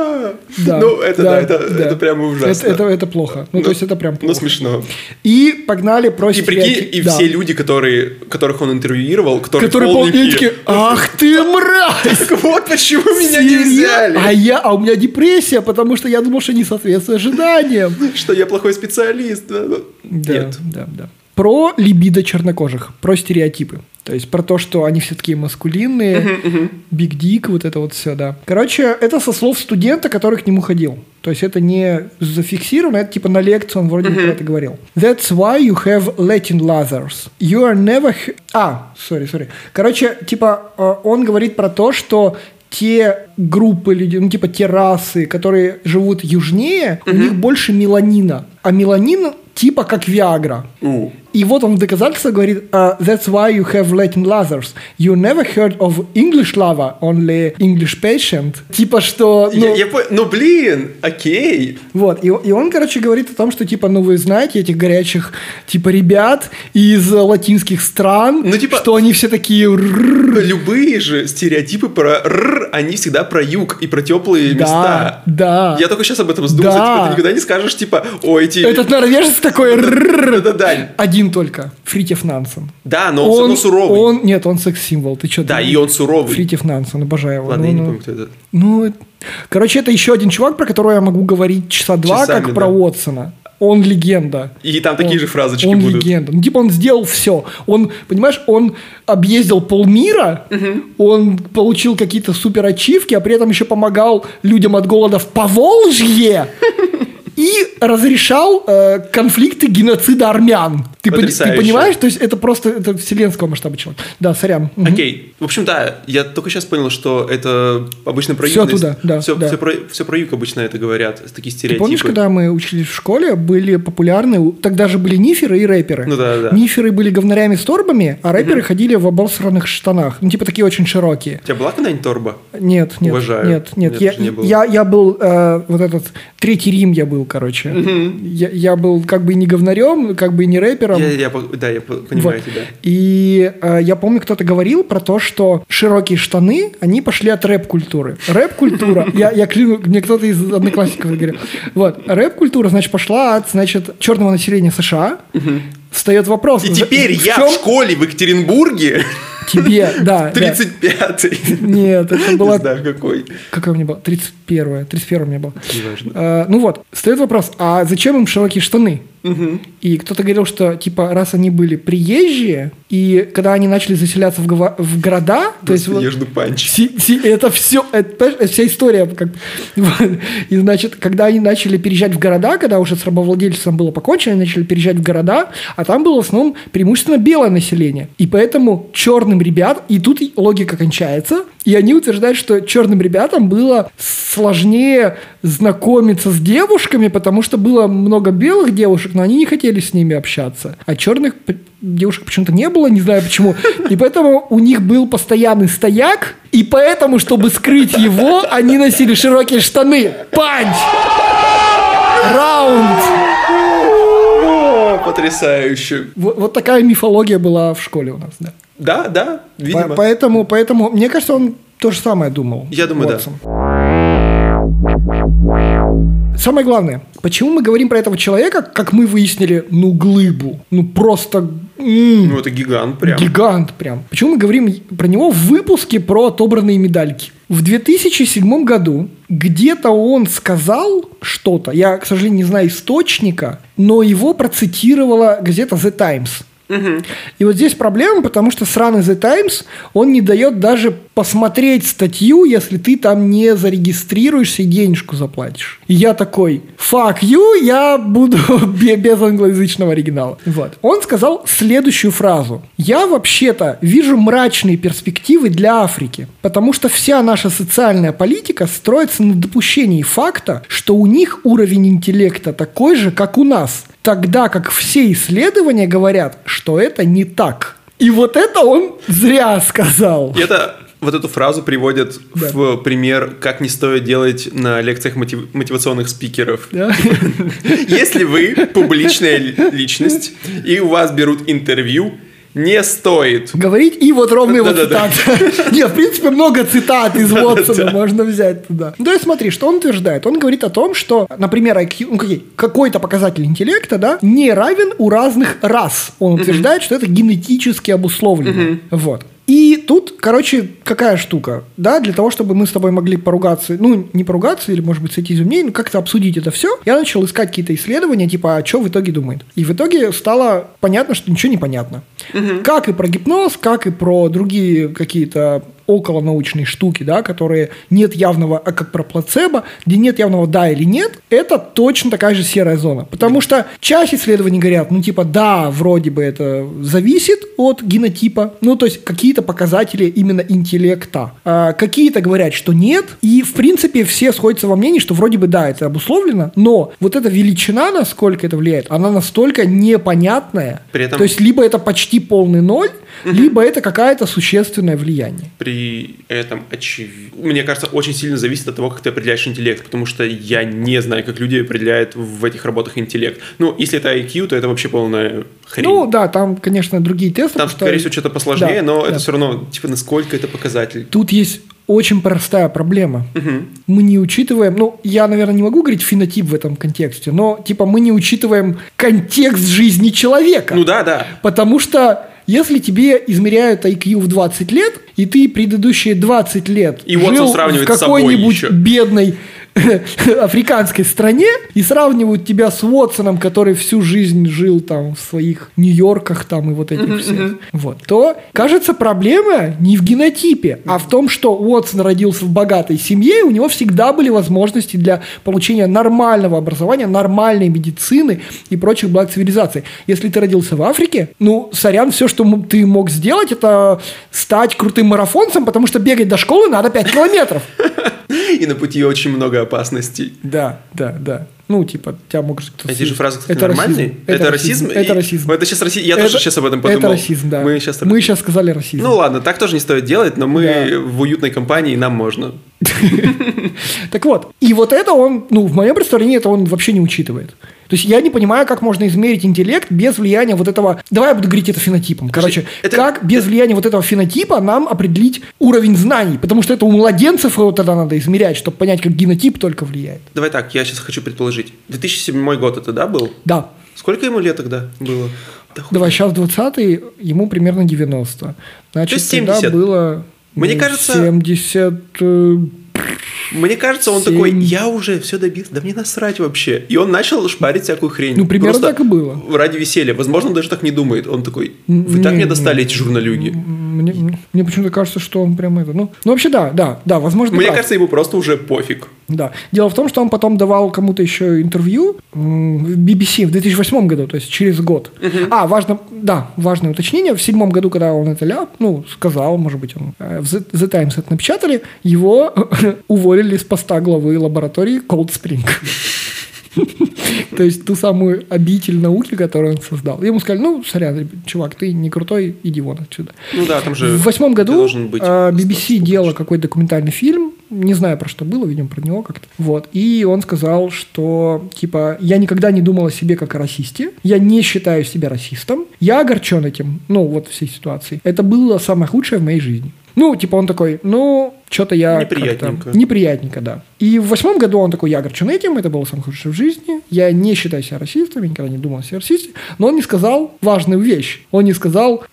Speaker 2: Да.
Speaker 1: Ну, это прямо ужасно.
Speaker 2: Это плохо. Ну, то есть это прям плохо.
Speaker 1: Ну, смешно.
Speaker 2: И погнали про
Speaker 1: стереотипы. И прикинь, все люди, которых он интервьюировал, которые
Speaker 2: полники. Ах ты мразь!
Speaker 1: Так вот почему меня не взяли.
Speaker 2: А у меня депрессия, потому что я думал, что не соответствует ожиданиям.
Speaker 1: Что я плохой специалист. Нет.
Speaker 2: Да. Про либидо чернокожих, про стереотипы. То есть про то, что они все такие маскулинные, биг дик, вот это вот все, да. Короче, это со слов студента, который к нему ходил. То есть это не зафиксировано, это типа на лекции он вроде про это говорил. That's why you have Latin lathers. You are never... Sorry. Короче, типа он говорит про то, что те группы людей, ну типа те расы, которые живут южнее, у них больше меланина. А меланин типа как Виагра. И вот он в доказательство говорит, that's why you have Latin lathers. You never heard of English lover, only English patient. Типа что...
Speaker 1: окей.
Speaker 2: Вот, и он, короче, говорит о том, что типа, вы знаете этих горячих типа ребят из латинских стран, что они все такие...
Speaker 1: Любые же стереотипы про они всегда про юг и про теплые места.
Speaker 2: Да.
Speaker 1: Я только сейчас об этом сдумался. Типа, ты никогда не скажешь, типа,
Speaker 2: Этот норвежец такой...
Speaker 1: Да.
Speaker 2: Один только. Фритьев Нансен.
Speaker 1: Да, но он суровый.
Speaker 2: Он секс-символ. Ты что?
Speaker 1: Да, и он суровый.
Speaker 2: Фритьев Нансен, обожаю его.
Speaker 1: Ладно, я не помню, кто это.
Speaker 2: Короче, это еще один чувак, про которого я могу говорить часа два, как про Уотсона. Он легенда.
Speaker 1: И там такие же фразочки будут.
Speaker 2: Он легенда. Ну, типа, он сделал все. Он, понимаешь, он объездил полмира, он получил какие-то супер ачивки, а при этом еще помогал людям от голода в Поволжье. И разрешал конфликты геноцида армян. Ты понимаешь? То есть это просто вселенского масштаба человек. Да, сорян.
Speaker 1: Окей. В общем, да, я только сейчас понял, что это обычно про юг.
Speaker 2: Все туда, да.
Speaker 1: Все про юг обычно это говорят, такие стереотипы.
Speaker 2: Ты помнишь, когда мы учились в школе, были популярны, тогда же были ниферы и рэперы.
Speaker 1: Ну да.
Speaker 2: Ниферы были говнарями с торбами, а рэперы ходили в обосранных штанах. Ну, типа такие очень широкие.
Speaker 1: У тебя была когда-нибудь торба?
Speaker 2: Нет.
Speaker 1: Уважаю.
Speaker 2: Нет. Я был, вот этот, Третий Рим я был, короче. Я был как бы и не говнарем, как бы и не рэпером.
Speaker 1: Я понимаю тебя.
Speaker 2: И я помню, кто-то говорил про то, что широкие штаны, они пошли от рэп-культуры. Рэп-культура, я клянусь, мне кто-то из одноклассников говорил. Вот, рэп-культура, значит, пошла от, черного населения США. Встает вопрос.
Speaker 1: И теперь в школе в Екатеринбурге...
Speaker 2: Тебе, да.
Speaker 1: 35-й.
Speaker 2: Нет, это была...
Speaker 1: Не знаю, какой.
Speaker 2: Какая у меня была? 31-я. 31-я у меня была.
Speaker 1: Неважно.
Speaker 2: Ну вот, встает вопрос, а зачем им широкие штаны? И кто-то говорил, что, типа, раз они были приезжие, и когда они начали заселяться в города...
Speaker 1: То есть я жду панч.
Speaker 2: Это все, это вся история. И, значит, когда они начали переезжать в города, когда уже с рабовладельцем было покончено, они начали переезжать в города, а там было в основном преимущественно белое население. И поэтому черным ребят, и тут логика кончается, и они утверждают, что черным ребятам было сложнее знакомиться с девушками, потому что было много белых девушек, но они не хотели с ними общаться. А черных девушек почему-то не было, не знаю почему. И поэтому у них был постоянный стояк, и поэтому, чтобы скрыть его, они носили широкие штаны. Панч! Раунд!
Speaker 1: Потрясающе.
Speaker 2: Вот такая мифология была в школе у нас, да.
Speaker 1: Да, видимо.
Speaker 2: Поэтому, мне кажется, он то же самое думал.
Speaker 1: Я думаю,
Speaker 2: Уотсон. Самое главное, почему мы говорим про этого человека, как мы выяснили, глыбу, просто...
Speaker 1: это гигант прям.
Speaker 2: Гигант прям. Почему мы говорим про него в выпуске про отобранные медальки? В 2007 году где-то он сказал что-то, я, к сожалению, не знаю источника, но его процитировала газета The Times. И вот здесь проблема, потому что сраный The Times, он не дает даже посмотреть статью, если ты там не зарегистрируешься и денежку заплатишь. И я такой, fuck you, я буду без англоязычного оригинала. Вот. Он сказал следующую фразу. Я вообще-то вижу мрачные перспективы для Африки, потому что вся наша социальная политика строится на допущении факта, что у них уровень интеллекта такой же, как у нас. Тогда как все исследования говорят, что это не так. И вот это он зря сказал.
Speaker 1: Вот эту фразу приводят в пример, как не стоит делать на лекциях мотивационных спикеров. Да? Если вы публичная личность, и у вас берут интервью, не стоит.
Speaker 2: Говорить, и вот ровно его цитата. Нет, в принципе, много цитат из Уотсона можно взять туда. То есть смотри, что он утверждает. Он говорит о том, что, например, IQ, какой-то показатель интеллекта, да, не равен у разных рас. Он утверждает, что это генетически обусловлено. Вот. И тут, короче, какая штука, да, для того, чтобы мы с тобой могли поругаться, ну, не поругаться, или, может быть, сойтись в мнении, ну, как-то обсудить это все, я начал искать какие-то исследования, типа, а что в итоге думает. И в итоге стало понятно, что ничего не понятно. Как и про гипноз, как и про другие какие-то околонаучные штуки, да, которые нет явного, а как про плацебо, где нет явного да или нет, это точно такая же серая зона. Потому что часть исследований говорят, ну, типа, да, вроде бы это зависит от генотипа, ну, то есть какие-то показатели именно интеллекта. А какие-то говорят, что нет, и, в принципе, все сходятся во мнении, что вроде бы, да, это обусловлено, но вот эта величина, насколько это влияет, она настолько непонятная, при этом... то есть либо это почти полный ноль, либо это какое-то существенное влияние.
Speaker 1: При этом, мне кажется, очень сильно зависит от того, как ты определяешь интеллект, потому что я не знаю, как люди определяют в этих работах интеллект. Ну, если это IQ, то это вообще полная хрень.
Speaker 2: Ну, да, там, конечно, другие тесты.
Speaker 1: Там, скорее всего, что-то посложнее, да, но это все равно, типа, насколько это показатель.
Speaker 2: Тут есть очень простая проблема. Мы не учитываем, ну, я, наверное, не могу говорить фенотип в этом контексте, но, типа, мы не учитываем контекст жизни человека.
Speaker 1: Ну, да, да.
Speaker 2: Потому что если тебе измеряют IQ в 20 лет, и ты предыдущие 20 лет
Speaker 1: и
Speaker 2: жил в какой-нибудь бедной африканской стране и сравнивают тебя с Уотсоном, который всю жизнь жил там в своих Нью-Йорках там и вот этих всех, вот, то, кажется, проблема не в генотипе, а в том, что Уотсон родился в богатой семье, и у него всегда были возможности для получения нормального образования, нормальной медицины и прочих благ цивилизации. Если ты родился в Африке, ну, сорян, все, что ты мог сделать, это стать крутым марафонцем, потому что бегать до школы надо 5 километров.
Speaker 1: И на пути очень много опасностей.
Speaker 2: Да, да, да. Ну, типа, тебя могут...
Speaker 1: Эти же фразы, кстати, нормальные? Это расизм?
Speaker 2: Это расизм.
Speaker 1: Это сейчас расизм. Я тоже сейчас об этом подумал.
Speaker 2: Это расизм, да. Мы сейчас сказали расизм.
Speaker 1: Ну, ладно, так тоже не стоит делать, но мы в уютной компании, нам можно.
Speaker 2: Так вот, и вот это он, ну, в моем представлении, это он вообще не учитывает. То есть я не понимаю, как можно измерить интеллект без влияния вот этого... Давай я буду говорить это фенотипом. Короче, как без влияния вот этого фенотипа нам определить уровень знаний? Потому что это у младенцев его тогда надо измерять, чтобы понять, как генотип только влияет.
Speaker 1: Давай так, я сейчас хочу предположить. 2007 год это, да, был?
Speaker 2: Да.
Speaker 1: Сколько ему лет тогда было?
Speaker 2: Давай, сейчас 20-й, ему примерно 90. Значит, тогда было...
Speaker 1: Мне кажется...
Speaker 2: 70...
Speaker 1: Мне кажется, он такой, я уже все добился, да мне насрать вообще. И он начал шпарить всякую хрень.
Speaker 2: Ну, примерно просто так и было.
Speaker 1: Ради веселья. Возможно, он даже так не думает. Он такой, вы так мне достали, эти журналюги.
Speaker 2: Мне почему-то кажется, что он прям это... Ну вообще, да, возможно.
Speaker 1: Мне кажется, ему просто уже пофиг.
Speaker 2: Да. Дело в том, что он потом давал кому-то еще интервью в BBC в 2008 году, то есть через год. Важное уточнение. В 2007 году, когда он это сказал, может быть, он в The Times это напечатали, его уволили с поста главы лаборатории Cold Spring. То есть ту самую обитель науки, которую он создал. Ему сказали, сорян, чувак, ты не крутой, иди вон отсюда.
Speaker 1: Ну да, там же
Speaker 2: в 2008 году BBC делала какой-то документальный фильм, не знаю, про что было, видимо, про него как-то. Вот. И он сказал, что, типа, я никогда не думал о себе как о расисте, я не считаю себя расистом, я огорчен этим, всей ситуации. Это было самое худшее в моей жизни. Он такой, что-то я... Неприятненько, да. И в 2008 году он такой, я огорчен этим, это было самое худшее в жизни, я не считаю себя расистом, я никогда не думал о себе расисте, но он не сказал важную вещь. Он не сказал,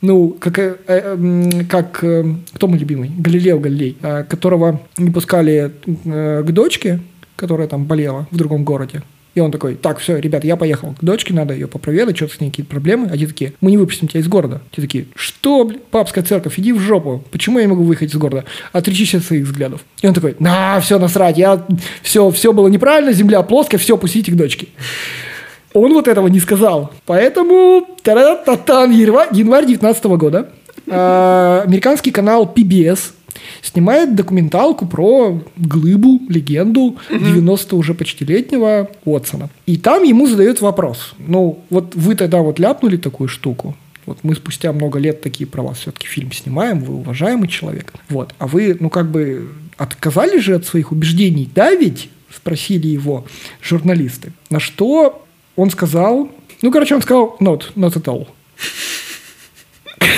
Speaker 2: как кто мой любимый? Галилео Галилей, которого не пускали к дочке, которая там болела в другом городе. И он такой, так, все, ребят, я поехал к дочке, надо ее попроведать, что-то с ней какие-то проблемы. А те такие, мы не выпустим тебя из города. Те такие, что, блин, папская церковь, иди в жопу. Почему я не могу выехать из города? Отречись от своих взглядов. И он такой, все, насрать, все было неправильно, земля плоская, все, пустите к дочке. Он вот этого не сказал. Поэтому, январь 2019 года, американский канал PBS снимает документалку про глыбу, легенду 90 уже почти летнего Уотсона. И там ему задают вопрос. Вот вы тогда ляпнули такую штуку. Вот мы спустя много лет такие про вас все-таки фильм снимаем, вы уважаемый человек. Вот. А вы, отказались же от своих убеждений, да ведь? Спросили его журналисты. На что он сказал... он сказал, not at all.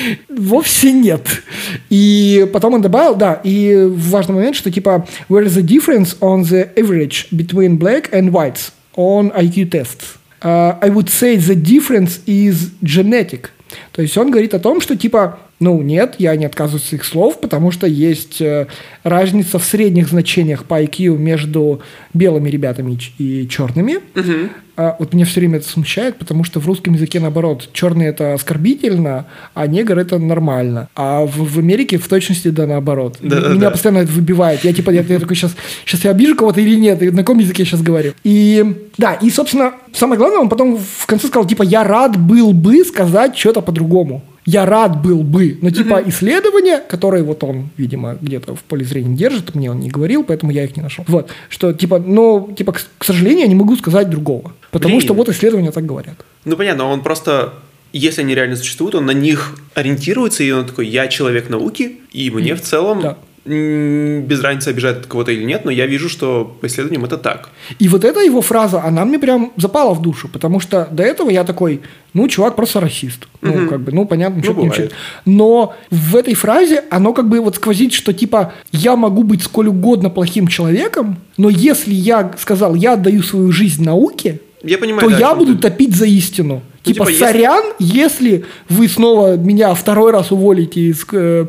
Speaker 2: Вовсе нет. И потом он добавил, да, и важный момент, что типа where is the difference on the average between black and whites on IQ tests? I would say the difference is genetic. То есть он говорит о том, что типа, ну нет, я не отказываюсь от их слов, потому что есть разница в средних значениях по IQ между белыми ребятами и черными. Вот меня все время это смущает, потому что в русском языке наоборот, черный это оскорбительно, а негр это нормально. А в Америке в точности да наоборот. Меня постоянно это выбивает. Я типа, я такой сейчас я обижу кого-то или нет, и на каком языке я сейчас говорю. И да, и собственно, самое главное, он потом в конце сказал, типа, я рад был бы сказать что-то по-другому. Я рад был бы. Но типа исследования, которые вот он, видимо, где-то в поле зрения держит, мне он не говорил, поэтому я их не нашел. Вот. Что типа, ну, типа, к сожалению, я не могу сказать другого. Потому что вот исследования так говорят.
Speaker 1: Ну, понятно, он просто, если они реально существуют, он на них ориентируется, и он такой, я человек науки, и мне в целом... Да. Без разницы, обижает кого-то или нет, но я вижу, что по исследованиям это так.
Speaker 2: И вот эта его фраза, она мне прям запала в душу, потому что до этого я такой, ну, чувак просто расист. Ну, как бы, ну, понятно, что не учит. Но в этой фразе оно как бы вот сквозит, что типа я могу быть сколь угодно плохим человеком, но если я сказал, я отдаю свою жизнь науке,
Speaker 1: я понимаю,
Speaker 2: то
Speaker 1: да,
Speaker 2: я буду топить за истину. Ну, типа, сорян, если вы снова меня второй раз уволите из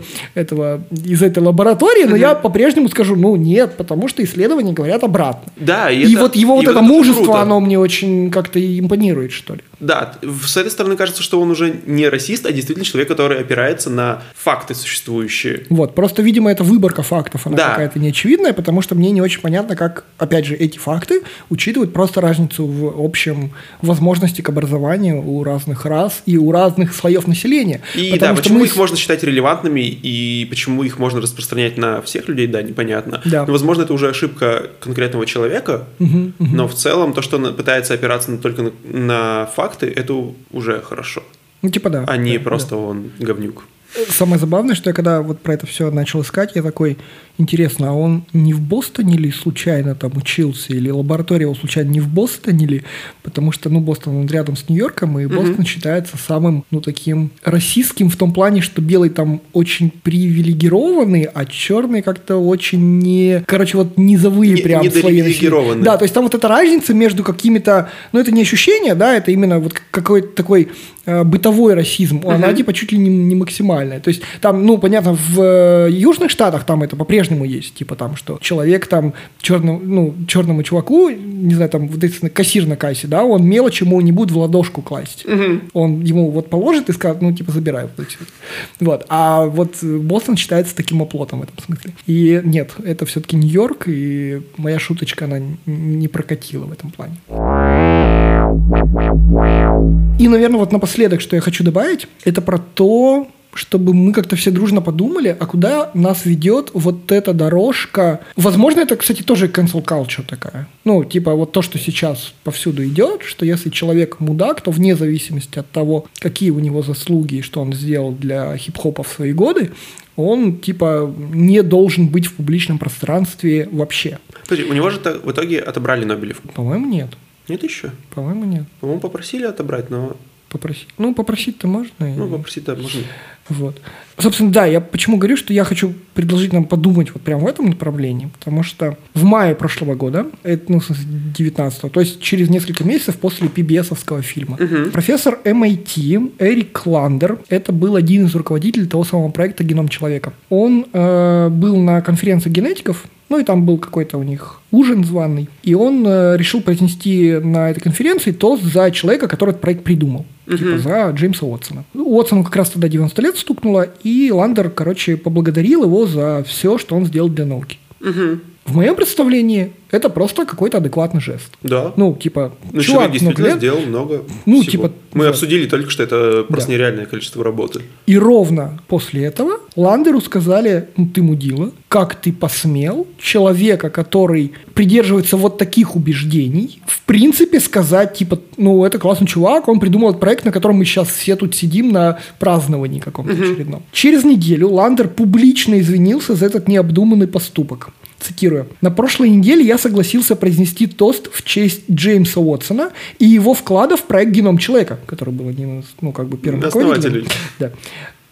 Speaker 2: этой лаборатории, но я по-прежнему скажу, ну, нет, потому что исследования говорят обратно.
Speaker 1: Да,
Speaker 2: и вот его вот это мужество, круто. Оно мне очень как-то импонирует, что ли.
Speaker 1: Да, с этой стороны кажется, что он уже не расист, а действительно человек, который опирается на факты существующие.
Speaker 2: Вот, просто, видимо, это выборка фактов, она какая-то неочевидная, потому что мне не очень понятно, как, опять же, эти факты учитывают просто разницу в общем возможности к образованию у разных рас и у разных слоев населения.
Speaker 1: И да, почему их можно считать релевантными и почему их можно распространять на всех людей, да, непонятно. Да. Но, возможно, это уже ошибка конкретного человека, но в целом то, что он пытается опираться только на факты, это уже хорошо.
Speaker 2: Ну, типа да.
Speaker 1: А не просто он говнюк.
Speaker 2: Самое забавное, что я когда вот про это все начал искать, я такой, интересно, а он не в Бостоне ли случайно там учился, или лаборатория его случайно не в Бостоне ли? Потому что, ну, Бостон, он рядом с Нью-Йорком, и Бостон считается самым, ну, таким расистским в том плане, что белый там очень привилегированный, а черный как-то очень не... Короче, вот низовые прям слои населения. Да, то есть там вот эта разница между какими-то... Ну, это не ощущение, да, это именно вот какой-то такой бытовой расизм. Она типа чуть ли не максимальная. То есть там, ну, понятно, в Южных Штатах там это по-прежнему есть. Типа там, что человек там черному чуваку, не знаю, там, вот этот кассир на кассе, да, он мелочь ему не будет в ладошку класть. Он ему вот положит и скажет, ну, типа, забирай. Вот. А вот Бостон считается таким оплотом в этом смысле. И нет, это все-таки Нью-Йорк, и моя шуточка, она не прокатила в этом плане. И, наверное, вот напоследок, что я хочу добавить, это про то, чтобы мы как-то все дружно подумали, а куда нас ведет вот эта дорожка. Возможно, это, кстати, тоже cancel culture такая. Ну, типа вот то, что сейчас повсюду идет, что если человек мудак, то вне зависимости от того, какие у него заслуги и что он сделал для хип-хопа в свои годы, он, типа, не должен быть в публичном пространстве вообще.
Speaker 1: Подожди, у него же в итоге отобрали Нобелевку?
Speaker 2: По-моему, нет.
Speaker 1: Нет еще?
Speaker 2: По-моему, нет.
Speaker 1: По-моему, попросили отобрать, но...
Speaker 2: Попросить. Ну, попросить-то можно.
Speaker 1: Ну, попросить-то можно.
Speaker 2: Вот. Собственно, да, я почему говорю, что я хочу предложить нам подумать вот прямо в этом направлении, потому что в мае прошлого года, это, ну, в смысле, 19-го, то есть через несколько месяцев после PBS-овского фильма, профессор MIT Эрик Ландер, это был один из руководителей того самого проекта «Геном человека». Он был на конференции генетиков, ну, и там был какой-то у них ужин званый, и он решил произнести на этой конференции тост за человека, который этот проект придумал. Типа за Джеймса Уотсона. Уотсону как раз тогда 90 лет стукнуло, и Ландер, короче, поблагодарил его за все, что он сделал для науки. В моем представлении это просто какой-то адекватный жест. Да. Ну, типа,
Speaker 1: ну, чувак действительно сделал много
Speaker 2: всего.
Speaker 1: Типа, мы обсудили только что это просто нереальное количество работы.
Speaker 2: И ровно после этого Ландеру сказали, ну, ты мудила, как ты посмел человека, который придерживается вот таких убеждений, в принципе сказать, типа, ну, это классный чувак, он придумал этот проект, на котором мы сейчас все тут сидим на праздновании каком-то очередном. Через неделю Ландер публично извинился за этот необдуманный поступок. Цитирую. «На прошлой неделе я согласился произнести тост в честь Джеймса Уотсона и его вклада в проект «Геном человека», который был одним из, ну, как бы первым руководителем. Да.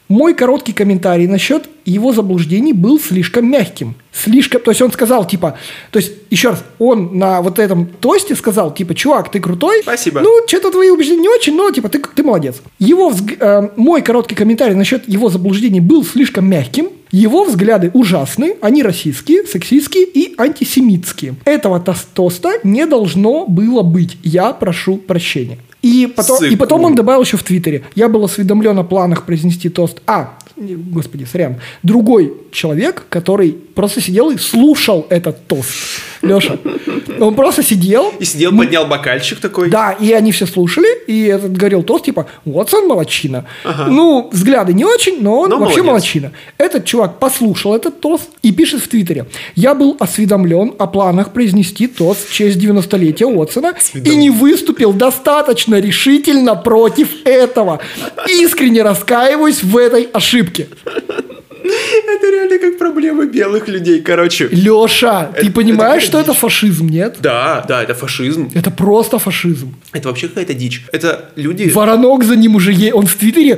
Speaker 2: Мой короткий комментарий насчет его заблуждений был слишком мягким. То есть он сказал, типа, то есть, еще раз, он на вот этом тосте сказал, типа, чувак, ты крутой.
Speaker 1: Спасибо.
Speaker 2: Ну, что-то твои убеждения не очень, но, типа, ты молодец. Мой короткий комментарий насчет его заблуждений был слишком мягким. Его взгляды ужасны, они российские, сексистские и антисемитские. Этого тоста не должно было быть. Я прошу прощения. И потом он добавил еще в Твиттере. Я был осведомлен о планах произнести тост. Господи, сорян. Другой человек, который просто сидел и слушал этот тост. Леша. Он просто сидел.
Speaker 1: И сидел, поднял бокальчик такой.
Speaker 2: Да, и они все слушали, и этот говорил тост, типа, Уотсон молодчина. Ага. Ну, взгляды не очень, но он вообще молодчина. Этот чувак послушал этот тост и пишет в Твиттере. Я был осведомлен о планах произнести тост в честь 90-летия Уотсона и не выступил достаточно решительно против этого. Искренне раскаиваюсь в этой ошибке.
Speaker 1: Это реально как проблемы белых людей, короче.
Speaker 2: Леша, ты понимаешь, что это фашизм, нет?
Speaker 1: Да, это фашизм.
Speaker 2: Это просто фашизм.
Speaker 1: Это вообще какая-то дичь. Это люди...
Speaker 2: Воронок за ним уже он в Твиттере.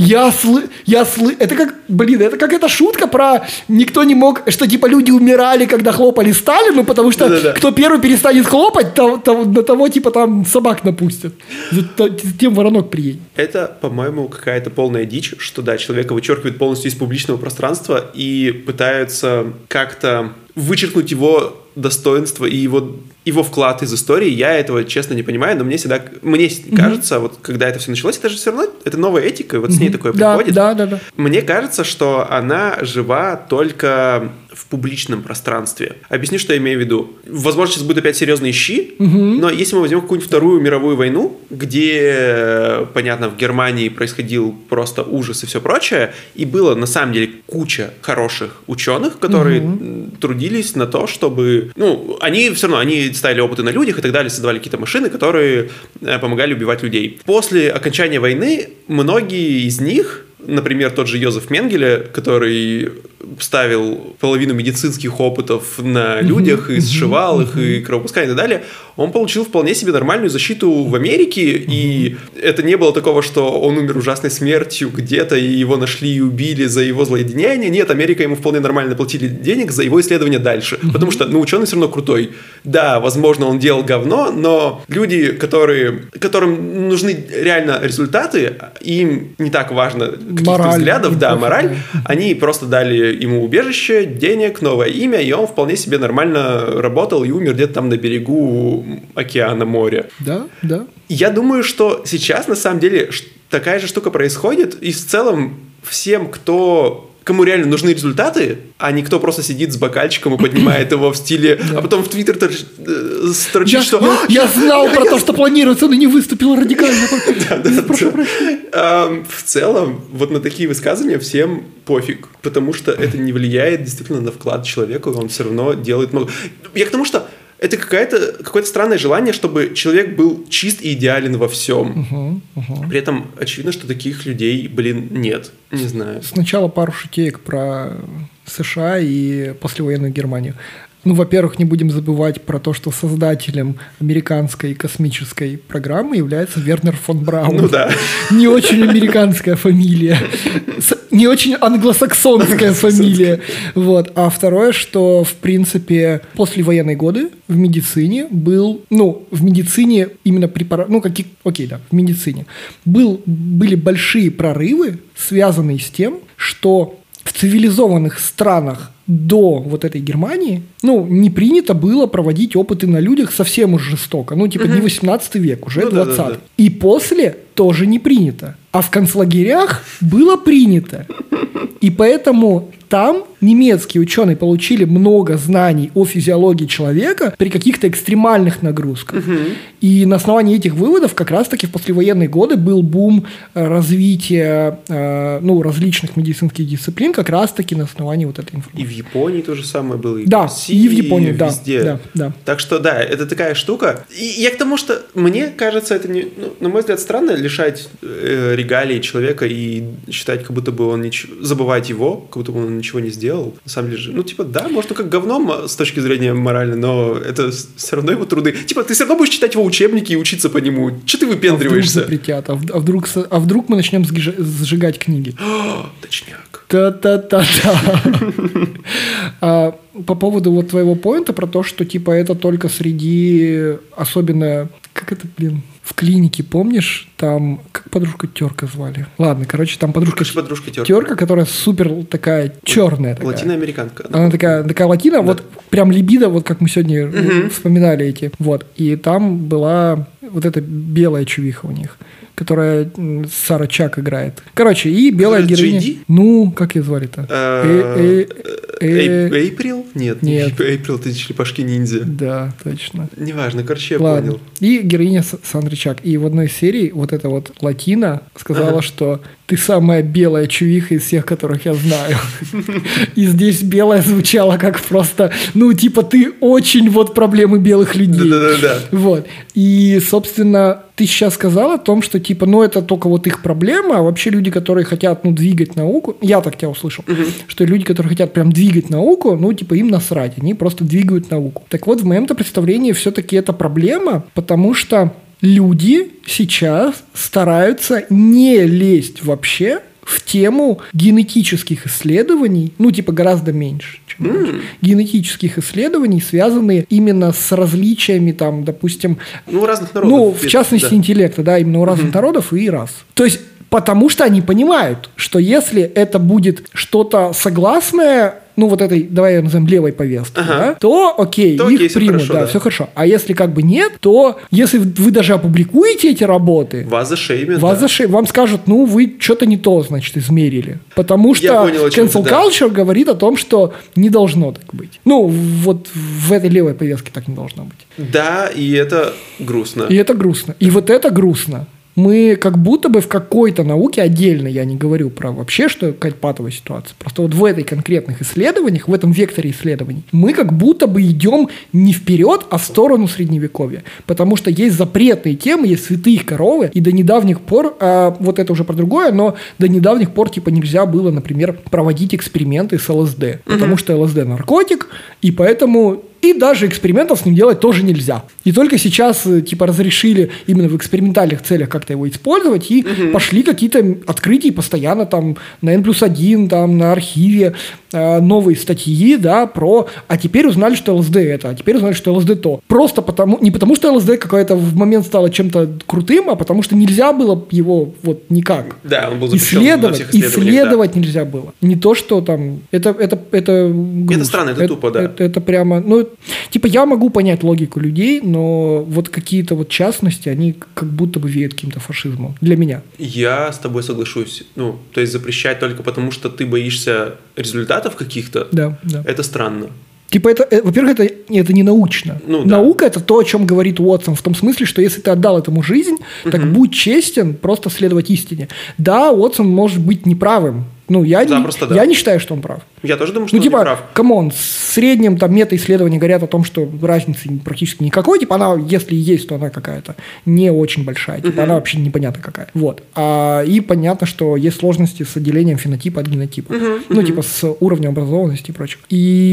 Speaker 2: Это как, это как эта шутка про никто не мог, что типа люди умирали, когда хлопали Сталину, потому что кто первый перестанет хлопать, на того типа там собак напустят. Тем Воронок приедет.
Speaker 1: Это, по-моему, какая-то полная дичь, что да, человека вычеркивают полностью из публичного пространства и пытаются как-то вычеркнуть его достоинство и его вклад из истории. Я этого, честно, не понимаю, но мне кажется, вот когда это все началось, это же все равно, это новая этика, вот с ней такое приходит.
Speaker 2: Да.
Speaker 1: Мне кажется, что она жива только в публичном пространстве. Объясню, что я имею в виду. Возможно, сейчас будут опять серьезные щи, но если мы возьмем какую-нибудь Вторую мировую войну, где, понятно, в Германии происходил просто ужас и все прочее, и было, на самом деле, куча хороших ученых, которые трудились на то, чтобы... они все равно, они ставили опыты на людях и так далее, создавали какие-то машины, которые помогали убивать людей. После окончания войны многие из них, например, тот же Йозеф Менгеле, который ставил половину медицинских опытов на людях и сшивал их, и кровопускание и так далее, он получил вполне себе нормальную защиту в Америке, и это не было такого, что он умер ужасной смертью где-то, и его нашли и убили за его злоедеяние. Нет, Америка ему вполне нормально платили денег за его исследования дальше, потому что, ученый все равно крутой. Да, возможно, он делал говно, но люди, которым нужны реально результаты, им не так важно каких-то взглядов, мораль, они просто дали ему убежище, денег, новое имя, и он вполне себе нормально работал и умер где-то там на берегу океана, моря.
Speaker 2: Да.
Speaker 1: Я думаю, что сейчас, на самом деле, такая же штука происходит, и в целом всем, кому реально нужны результаты, а не кто просто сидит с бокальчиком и поднимает его в стиле, а потом в Твиттер строчит, что...
Speaker 2: Я знал про то, что планируется, но не выступил радикально.
Speaker 1: В целом, вот на такие высказывания всем пофиг, потому что это не влияет действительно на вклад человека, он все равно делает много... Я к тому, что это какое-то странное желание, чтобы человек был чист и идеален во всем. При этом очевидно, что таких людей, нет. Не знаю.
Speaker 2: Сначала пару шутеек про США и послевоенную Германию. Во-первых, не будем забывать про то, что создателем американской космической программы является Вернер фон Браун. Не очень американская фамилия. Не очень англосаксонская фамилия. А второе, что, в принципе, послевоенные годы в медицине в медицине именно в медицине были большие прорывы, связанные с тем, что в цивилизованных странах до вот этой Германии, не принято было проводить опыты на людях совсем уж жестоко. Не 18 век, уже 20. И после тоже не принято. А в концлагерях было принято. И поэтому там немецкие ученые получили много знаний о физиологии человека при каких-то экстремальных нагрузках. И на основании этих выводов как раз-таки в послевоенные годы был бум развития различных медицинских дисциплин как раз-таки на основании вот этой информации.
Speaker 1: И в Японии то же самое было, и
Speaker 2: в
Speaker 1: России,
Speaker 2: и в Японии,
Speaker 1: везде.
Speaker 2: Да.
Speaker 1: Так что, это такая штука. И я к тому, что мне кажется, это, на мой взгляд, странно лишать регалий человека и считать, как будто бы он забывать его, как будто бы он ничего не сделал. На самом деле же, ну, типа, да, может, он как говном с точки зрения моральной, но это все равно его труды. Типа, ты все равно будешь читать его учебники и учиться по нему. Че ты выпендриваешься?
Speaker 2: А вдруг запретят? А вдруг мы начнем сжигать книги?
Speaker 1: Точняк.
Speaker 2: Та-та-та-та. По поводу вот твоего поинта про то, что типа это только среди особенно... Как это, в клинике, помнишь, там, как подружка Терка звали? Ладно, короче, там подружка Терка, которая супер такая черная. Такая.
Speaker 1: Латиноамериканка.
Speaker 2: Она такая латина, да. Вот прям либидо, вот как мы сегодня вспоминали эти. Вот, и там была вот эта белая чувиха у них, которая Сара Чак играет. Короче, и белая героиня... GD? Ну, как ее звали-то?
Speaker 1: Эйприл? Нет. Эйприл, ты черепашки-ниндзя.
Speaker 2: Да, точно.
Speaker 1: Неважно, короче, я понял.
Speaker 2: И героиня Сандра Чак. И в одной серии вот эта вот латина сказала, что ты самая белая чувиха из всех, которых я знаю. И здесь белая звучала как просто, ну, типа, ты очень вот проблемы белых людей.
Speaker 1: Да.
Speaker 2: Вот. И, собственно, ты сейчас сказал о том, что, типа, ну, это только вот их проблема, а вообще люди, которые хотят, ну, двигать науку, я так тебя услышал, что люди, которые хотят прям двигать науку, ну, типа, им насрать, они просто двигают науку. Так вот, в моем-то представлении все-таки это проблема, потому что люди сейчас стараются не лезть вообще в тему генетических исследований, ну, типа, гораздо меньше, чем раньше. Генетических исследований, связанные именно с различиями, там, допустим...
Speaker 1: Ну, у разных народов.
Speaker 2: Ну, в частности, интеллекта, да, именно у разных народов и рас. То есть, потому что они понимают, что если это будет что-то согласное, ну, вот этой, давай ее назовем левой повестки, да, то окей, то их примут, хорошо, да, все хорошо. А если как бы нет, то если вы даже опубликуете эти работы,
Speaker 1: вас зашеймят,
Speaker 2: вам скажут, ну, вы что-то не то, значит, измерили. Потому что cancel culture говорит о том, что не должно так быть. Ну, вот в этой левой повестке так не должно быть.
Speaker 1: Да, и это грустно.
Speaker 2: И вот это грустно. Мы как будто бы в какой-то науке отдельно, я не говорю про вообще, что какая-то патовая ситуация, просто вот в этой конкретных исследованиях, в этом векторе исследований, мы как будто бы идем не вперед, а в сторону средневековья. Потому что есть запретные темы, есть святые коровы, и до недавних пор, вот это уже про другое, но до недавних пор типа нельзя было, например, проводить эксперименты с ЛСД, потому что ЛСД наркотик, и поэтому... И даже экспериментов с ним делать тоже нельзя. И только сейчас, типа, разрешили именно в экспериментальных целях как-то его использовать, и пошли какие-то открытия постоянно там на N+1, там на архиве новые статьи, да, про... А теперь узнали, что ЛСД это, а теперь узнали, что ЛСД то. Просто потому... Не потому, что ЛСД какое-то в момент стало чем-то крутым, а потому что нельзя было его вот никак.
Speaker 1: Да, он был запрещен на всех исследовать
Speaker 2: нельзя было. Не то, что там... Это
Speaker 1: странно, это тупо, да.
Speaker 2: Это прямо... Ну, типа, я могу понять логику людей, но вот какие-то вот частности, они как будто бы веют каким-то фашизмом. Для меня.
Speaker 1: Я с тобой соглашусь. Ну, то есть запрещать только потому, что ты боишься результатов каких-то,
Speaker 2: да.
Speaker 1: Это странно.
Speaker 2: Типа, во-первых, это не научно.
Speaker 1: Ну,
Speaker 2: наука – это то, о чем говорит Уотсон, в том смысле, что если ты отдал этому жизнь, так будь честен, просто следовать истине. Да, Уотсон может быть неправым. Ну, я не считаю, что он прав.
Speaker 1: Я тоже думаю, что он
Speaker 2: не прав.
Speaker 1: Камон,
Speaker 2: в среднем там мета-исследования говорят о том, что разницы практически никакой. Типа, она, если есть, то она какая-то не очень большая. Типа, она вообще непонятно какая. Вот. И понятно, что есть сложности с отделением фенотипа от генотипа. Ну, типа, с уровнем образованности и прочего.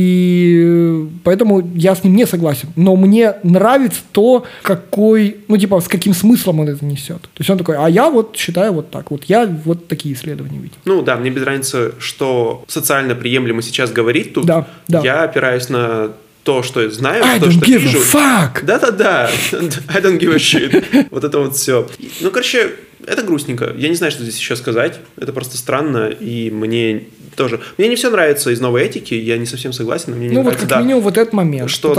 Speaker 2: И поэтому я с ним не согласен. Но мне нравится то, какой, ну, типа, с каким смыслом он это несет. То есть он такой, а я вот считаю вот так. Вот я вот такие исследования видел.
Speaker 1: Ну, да, мне без разницы, что социально приемлемо сейчас говорить тут.
Speaker 2: Да.
Speaker 1: Я опираюсь на то, что я знаю,
Speaker 2: I
Speaker 1: то,
Speaker 2: don't
Speaker 1: что
Speaker 2: give
Speaker 1: вижу.
Speaker 2: A fuck.
Speaker 1: Да. I don't give a shit. Вот это вот все. Ну, короче, это грустненько. Я не знаю, что здесь еще сказать. Это просто странно, и мне тоже... Мне не все нравится из новой этики, я не совсем согласен, но мне не нравится...
Speaker 2: Ну, вот как минимум вот этот момент.
Speaker 1: Что,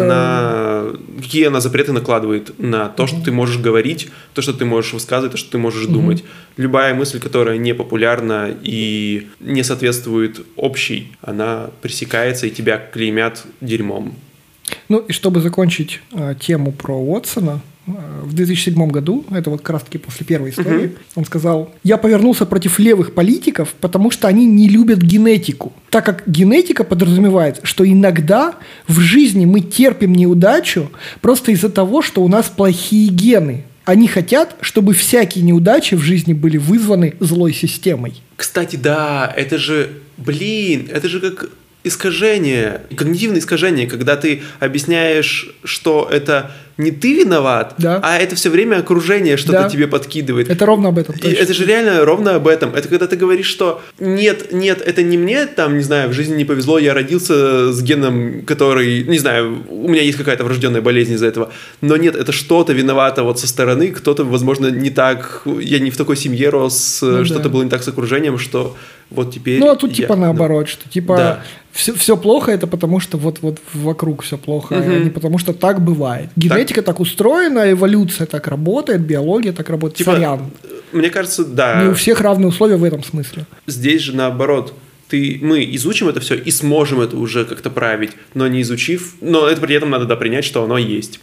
Speaker 1: какие она запреты накладывает на то, что ты можешь говорить, то, что ты можешь высказывать, то, что ты можешь думать. Любая мысль, которая не популярна и не соответствует общей, она пресекается, и тебя клеймят дерьмом.
Speaker 2: Ну, и чтобы закончить тему про Уотсона, в 2007 году, это вот как раз-таки после первой истории, он сказал: «Я повернулся против левых политиков, потому что они не любят генетику. Так как генетика подразумевает, что иногда в жизни мы терпим неудачу просто из-за того, что у нас плохие гены. Они хотят, чтобы всякие неудачи в жизни были вызваны злой системой.
Speaker 1: Кстати, да, это же как искажение, когнитивное искажение, когда ты объясняешь, что это не ты виноват,
Speaker 2: да.
Speaker 1: а это все время окружение что-то тебе подкидывает.
Speaker 2: Это ровно об этом.
Speaker 1: И это же реально ровно об этом. Это когда ты говоришь, что нет, это не мне, там, не знаю, в жизни не повезло, я родился с геном, который, не знаю, у меня есть какая-то врожденная болезнь из-за этого. Но нет, это что-то виновато вот со стороны, кто-то, возможно, не так, я не в такой семье рос, что-то было не так с окружением, что вот теперь...
Speaker 2: Ну, а тут типа наоборот, что типа...
Speaker 1: Да.
Speaker 2: Все плохо, это потому что вот вокруг все плохо, а не потому что так бывает. Генетика так устроена, эволюция так работает, биология так работает.
Speaker 1: Типа,
Speaker 2: сорян.
Speaker 1: Мне кажется, да.
Speaker 2: Не у всех равные условия в этом смысле.
Speaker 1: Здесь же наоборот. Мы изучим это все и сможем это уже как-то править, но не изучив, но это при этом надо принять, что оно есть.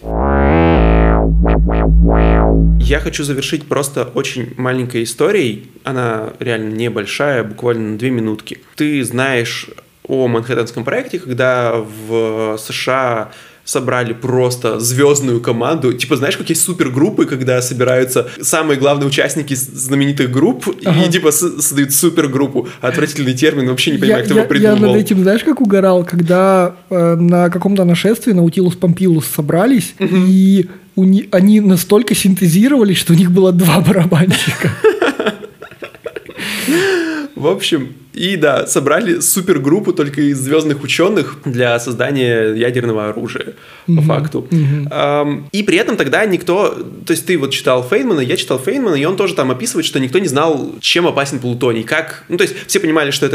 Speaker 1: Я хочу завершить просто очень маленькой историей. Она реально небольшая, буквально на 2 минутки. Ты знаешь о Манхэттенском проекте, когда в США собрали просто звездную команду. Типа, знаешь, как есть супергруппы, когда собираются самые главные участники знаменитых групп и типа создают супергруппу. Отвратительный термин, вообще не понимаю, кто его придумал.
Speaker 2: Я над этим, знаешь, как угорал, когда на каком-то нашествии Наутилус Помпилус собрались, и они настолько синтезировались, что у них было 2 барабанщика.
Speaker 1: В общем, и да, собрали супергруппу только из звездных ученых для создания ядерного оружия, по факту. И при этом тогда никто... То есть ты вот читал Фейнмана, я читал Фейнмана, и он тоже там описывает, что никто не знал, чем опасен плутоний. Ну, то есть все понимали, что это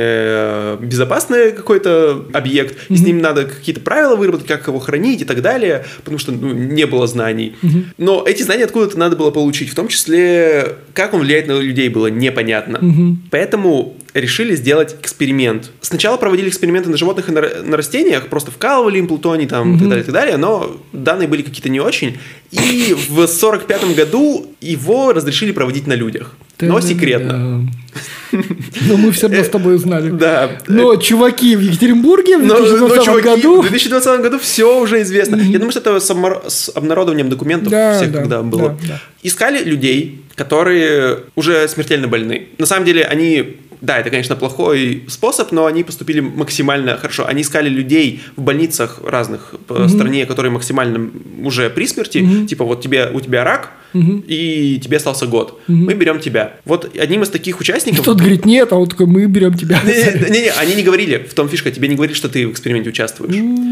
Speaker 1: не безопасный какой-то объект, и с ним надо какие-то правила выработать, как его хранить и так далее, потому что не было знаний. Но эти знания откуда-то надо было получить, в том числе, как он влияет на людей, было непонятно. Поэтому решили сделать эксперимент. Сначала проводили эксперименты на животных и на растениях, просто вкалывали им плутоний там, и так далее, но данные были какие-то не очень. И в 1945 году его разрешили проводить на людях. Но секретно.
Speaker 2: Но мы все равно с тобой узнали.
Speaker 1: Да.
Speaker 2: Но чуваки в Екатеринбурге в 2020 году...
Speaker 1: В 2020 году все уже известно. Я думаю, что это с обнародованием документов всех, когда было. Искали людей, которые уже смертельно больны. На самом деле они... Да, это, конечно, плохой способ, но они поступили максимально хорошо. Они искали людей в больницах разных по стране, которые максимально уже при смерти. Типа вот у тебя рак, и тебе остался год. Мы берем тебя. Вот одним из таких участников...
Speaker 2: Тот говорит, нет, а он такой, мы берем тебя.
Speaker 1: Не-не, они не говорили, в том фишка, тебе не говорили, что ты в эксперименте участвуешь.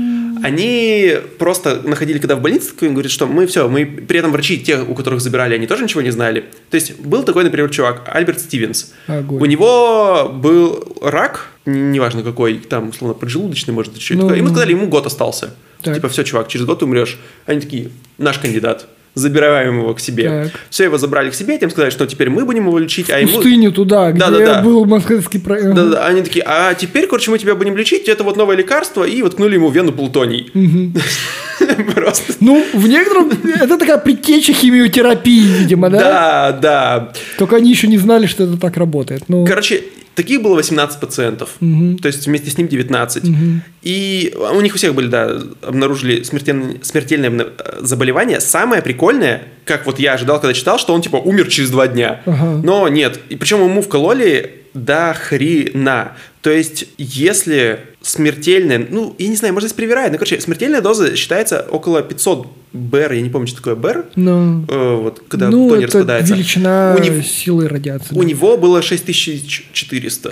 Speaker 1: Они просто находили, когда в больнице, говорят, что мы при этом врачи, те, у которых забирали, они тоже ничего не знали. То есть был такой, например, чувак, Альберт Стивенс.
Speaker 2: Огонь.
Speaker 1: У него был рак, неважно какой, там, условно, поджелудочный, может быть, что-то такое. Ему сказали, ему год остался. Так. Типа, все, чувак, через год ты умрешь. Они такие, наш кандидат. Забираем его к себе. Так. Все, его забрали к себе, тем сказали, что теперь мы будем его лечить.
Speaker 2: В пустыню туда, где был Манхэттенский проект.
Speaker 1: Да. Они такие, а теперь, короче, мы тебя будем лечить, это вот новое лекарство, и воткнули ему в вену плутоний. Просто.
Speaker 2: Ну, в некотором... Это такая предтеча химиотерапии, видимо, да?
Speaker 1: Да.
Speaker 2: Только они еще не знали, что это так работает.
Speaker 1: Короче, таких было 18 пациентов. То есть вместе с ним 19. И у них у всех были, обнаружили смертельное заболевание. Самое прикольное, как вот я ожидал, когда читал, что он типа умер через 2 дня. Но нет. И причем ему вкололи до хрена. То есть, если смертельная... Ну, я не знаю, может, здесь привирает. Но, короче, смертельная доза считается около 500 БЭР. Я не помню, что такое БЭР. Вот, когда плутоний распадается.
Speaker 2: Ну, это величина силы радиации.
Speaker 1: У него было 6400.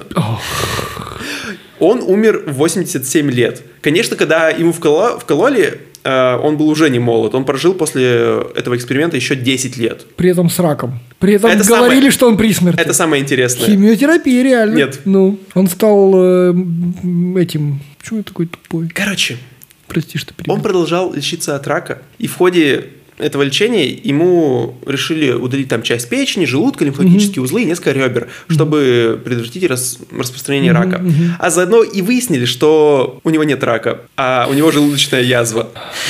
Speaker 1: Он умер в 87 лет. Конечно, когда ему вкололи, он был уже не молод. Он прожил после этого эксперимента еще 10 лет.
Speaker 2: При этом с раком. При этом говорили, что он при смерти.
Speaker 1: Это самое интересное.
Speaker 2: Химиотерапия, реально.
Speaker 1: Нет.
Speaker 2: Ну, он стал этим... Почему я такой тупой?
Speaker 1: Короче,
Speaker 2: прости, что перебил.
Speaker 1: Он продолжал лечиться от рака. И в ходе этого лечения ему решили удалить там часть печени, желудка, лимфатические узлы и несколько ребер, чтобы предотвратить распространение рака. А заодно и выяснили, что у него нет рака, а у него желудочная язва.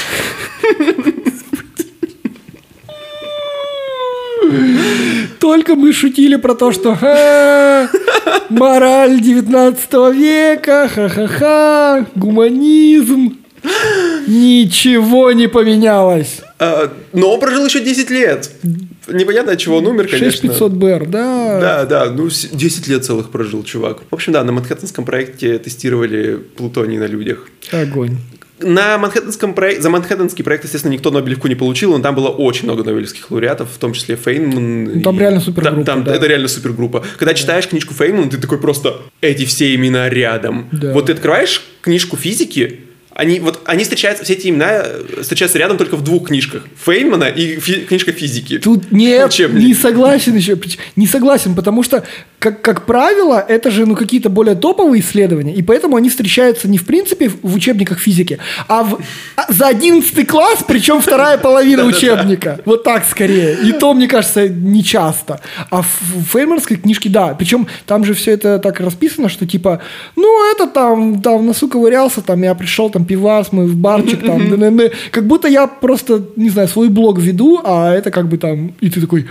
Speaker 2: Только мы шутили про то, что мораль 19 века, ха-ха-ха, гуманизм. Ничего не поменялось.
Speaker 1: Но он прожил еще 10 лет. Непонятно, от чего он умер, конечно.
Speaker 2: 6500 БР, да.
Speaker 1: Да, 10 лет целых прожил чувак. В общем, да, на Манхэттенском проекте тестировали плутоний на людях.
Speaker 2: Огонь.
Speaker 1: За Манхэттенский проект, естественно, никто Нобелевку не получил, но там было очень много нобелевских лауреатов, в том числе Фейнман.
Speaker 2: Там реально супергруппа.
Speaker 1: Это реально супергруппа. Когда читаешь книжку Фейнмана, ты такой просто, эти все имена рядом. Да. Вот ты открываешь книжку физики, они встречаются, все эти имена встречаются рядом только в двух книжках. Фейнмана и книжка физики.
Speaker 2: Тут нет, не согласен еще. Не согласен, потому что, как правило, это же какие-то более топовые исследования, и поэтому они встречаются не в принципе в учебниках физики, а за 11 класс, причем вторая половина учебника. Вот так скорее. И то, мне кажется, не часто. А в фейнмановской книжке, да. Причем там же все это так расписано, что типа, это там в носу ковырялся, там я пришел, там пивас, мы в барчик, там, как будто я просто, не знаю, свой блог веду, а это как бы там, и ты такой,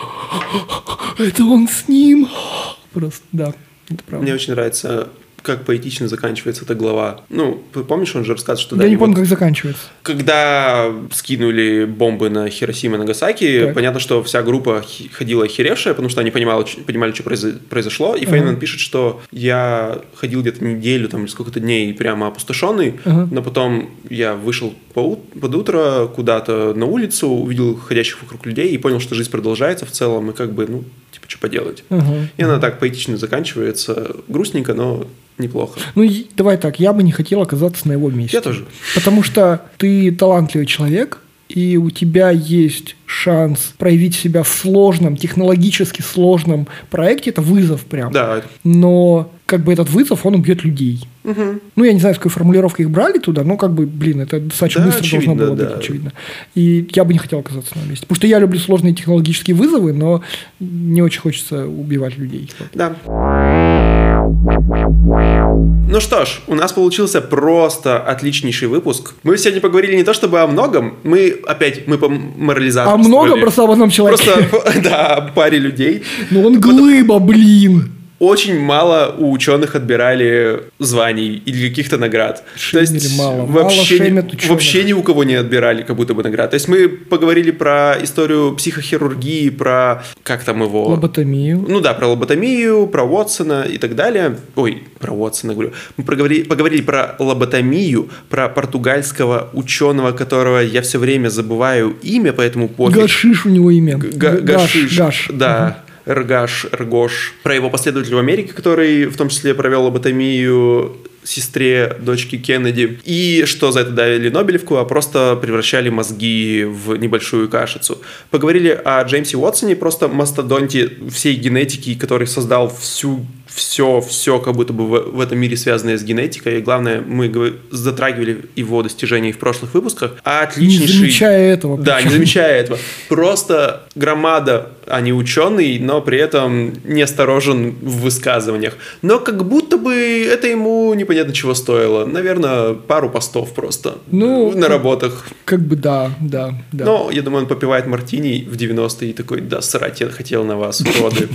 Speaker 2: это он с ним. Просто, да, это правда.
Speaker 1: Мне очень нравится, как поэтично заканчивается эта глава. Помнишь, он же рассказывает, что...
Speaker 2: Я не помню, как заканчивается.
Speaker 1: Когда скинули бомбы на Хиросиму и Нагасаки, понятно, что вся группа ходила охеревшая, потому что они понимали, что произошло. И Фейнман пишет, что я ходил где-то неделю, или сколько-то дней прямо опустошенный, но потом я вышел под утро куда-то на улицу, увидел ходящих вокруг людей и понял, что жизнь продолжается в целом, и как бы, что поделать. И она так поэтично заканчивается, грустненько, но неплохо.
Speaker 2: Давай так, я бы не хотел оказаться на его месте.
Speaker 1: Я тоже.
Speaker 2: Потому что ты талантливый человек, и у тебя есть шанс проявить себя в сложном, технологически сложном проекте. Это вызов прям.
Speaker 1: Да.
Speaker 2: Но как бы этот вызов, он убьет людей.
Speaker 1: Угу.
Speaker 2: Я не знаю, с какой формулировкой их брали туда, но это достаточно быстро
Speaker 1: очевидно,
Speaker 2: должно было быть очевидно. И я бы не хотел оказаться на месте. Потому что я люблю сложные технологические вызовы, но не очень хочется убивать людей.
Speaker 1: Да. Ну что ж, у нас получился просто отличнейший выпуск. Мы сегодня поговорили не то чтобы о многом, мы по морализации.
Speaker 2: О многом просто об одном человеке.
Speaker 1: Просто, да, о паре людей.
Speaker 2: Он глыба, блин.
Speaker 1: Очень мало у ученых отбирали званий или каких-то наград.
Speaker 2: Шеймили мало.
Speaker 1: Вообще ни у кого не отбирали как будто бы наград. То есть мы поговорили про историю психохирургии, про как там его...
Speaker 2: Лоботомию.
Speaker 1: Про лоботомию, про Уотсона и так далее. Ой, про Уотсона говорю. Мы поговорили про лоботомию, про португальского ученого, которого я все время забываю имя, поэтому...
Speaker 2: Гашиш у него имя.
Speaker 1: Гашиш, да. Эргош, про его последователя в Америке, который в том числе провел лоботомию сестре дочки Кеннеди. И что за это дали Нобелевку, а просто превращали мозги в небольшую кашицу. Поговорили о Джеймсе Уотсоне, просто мастодонте всей генетики, который создал все как будто бы в этом мире, связанное с генетикой. И главное, мы затрагивали его достижения в прошлых выпусках. Отличнейший...
Speaker 2: Не замечая этого.
Speaker 1: Да, не замечая этого. Просто громада, а не ученый, но при этом неосторожен в высказываниях. Но как будто бы это ему непонятно чего стоило. Наверное, пару постов просто на работах.
Speaker 2: Как бы да.
Speaker 1: Но я думаю, он попивает мартини в 90-е и такой, да, срать я хотел на вас, уроды.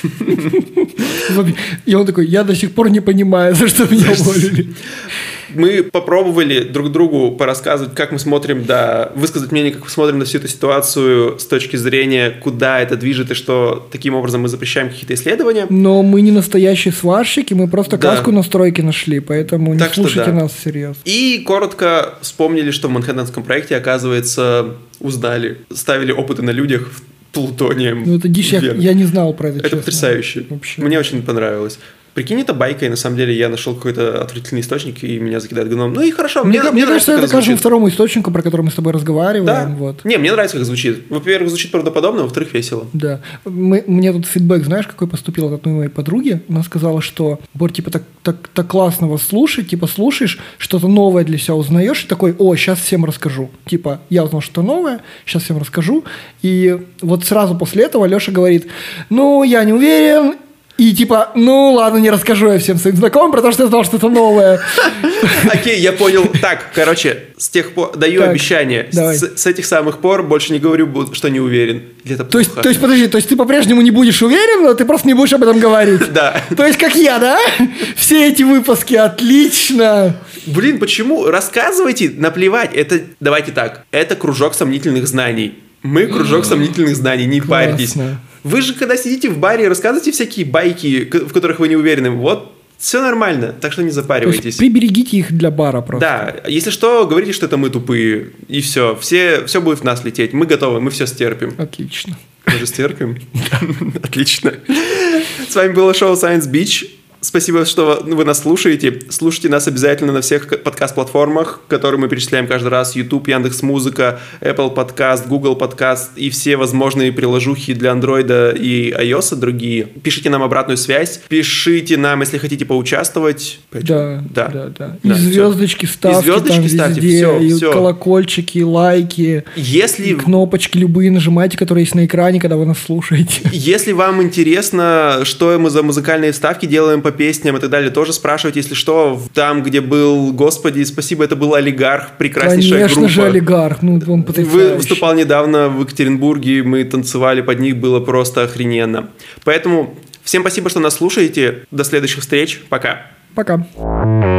Speaker 2: И он такой, я до сих пор не понимаю, за что меня уволили.
Speaker 1: Мы попробовали друг другу порассказывать, как мы смотрим, высказать мнение, как мы смотрим на всю эту ситуацию с точки зрения, куда это движет и что таким образом мы запрещаем какие-то исследования. Но
Speaker 2: мы не настоящие сварщики, мы просто каску на стройке нашли, поэтому не слушайте нас всерьез.
Speaker 1: И коротко вспомнили, что в Манхэттенском проекте, оказывается, ставили опыты на людях плутонием.
Speaker 2: Это дичь, я не знал про это.
Speaker 1: Это потрясающе.
Speaker 2: Вообще.
Speaker 1: Мне очень понравилось. Прикинь, это байка, и на самом деле я нашел какой-то отвратительный источник, и меня закидает гном. Ну и хорошо.
Speaker 2: Мне кажется, это каждому второму источнику, про который мы с тобой разговариваем.
Speaker 1: Да.
Speaker 2: Вот.
Speaker 1: Не, мне нравится, как звучит. Во-первых, звучит правдоподобно, во-вторых, весело.
Speaker 2: Да. Мне тут фидбэк, знаешь, какой поступил от одной моей подруги. Она сказала, что, Борь, так классно вас слушать, слушаешь, что-то новое для себя узнаешь, и такой, сейчас всем расскажу. Я узнал что-то новое, сейчас всем расскажу. И вот сразу после этого Леша говорит, я не уверен, И типа, ну ладно, не расскажу я всем своим знакомым, потому что я знал, что это новое.
Speaker 1: Окей, я понял. Так, короче, с тех пор даю обещание. С этих самых пор больше не говорю, что не уверен.
Speaker 2: То есть, подожди, то есть ты по-прежнему не будешь уверен, но ты просто не будешь об этом говорить?
Speaker 1: Да.
Speaker 2: То есть, как я, да? Все эти выпуски, отлично.
Speaker 1: Блин, почему? Рассказывайте, наплевать. Это, давайте так, это кружок сомнительных знаний. Мы кружок сомнительных знаний, не парьтесь. Вы же, когда сидите в баре, рассказываете всякие байки, в которых вы не уверены. Вот, все нормально, так что не запаривайтесь.
Speaker 2: То есть приберегите их для бара просто.
Speaker 1: Да, если что, говорите, что это мы тупые, и все будет в нас лететь. Мы готовы, мы все стерпим.
Speaker 2: Отлично.
Speaker 1: Мы же стерпим? Отлично. С вами было шоу Science Beach. Спасибо, что вы нас слушаете. Слушайте нас обязательно на всех подкаст-платформах, которые мы перечисляем каждый раз. YouTube, Яндекс.Музыка, Apple Podcast, Google Podcast и все возможные приложухи для Android и iOS другие. Пишите нам обратную связь. Пишите нам, если хотите поучаствовать.
Speaker 2: Да. И звездочки ставьте. И звездочки ставьте. Везде, и колокольчики, и лайки. И кнопочки любые нажимайте, которые есть на экране, когда вы нас слушаете.
Speaker 1: Если вам интересно, что мы за музыкальные вставки делаем по песням и так далее, тоже спрашивайте, если что, там, где был, господи, спасибо, это был Олигарх, прекраснейшая группа.
Speaker 2: Конечно же, Олигарх, он потрясающий.
Speaker 1: Выступал недавно в Екатеринбурге, мы танцевали под них, было просто охрененно. Поэтому всем спасибо, что нас слушаете, до следующих встреч, пока.
Speaker 2: Пока.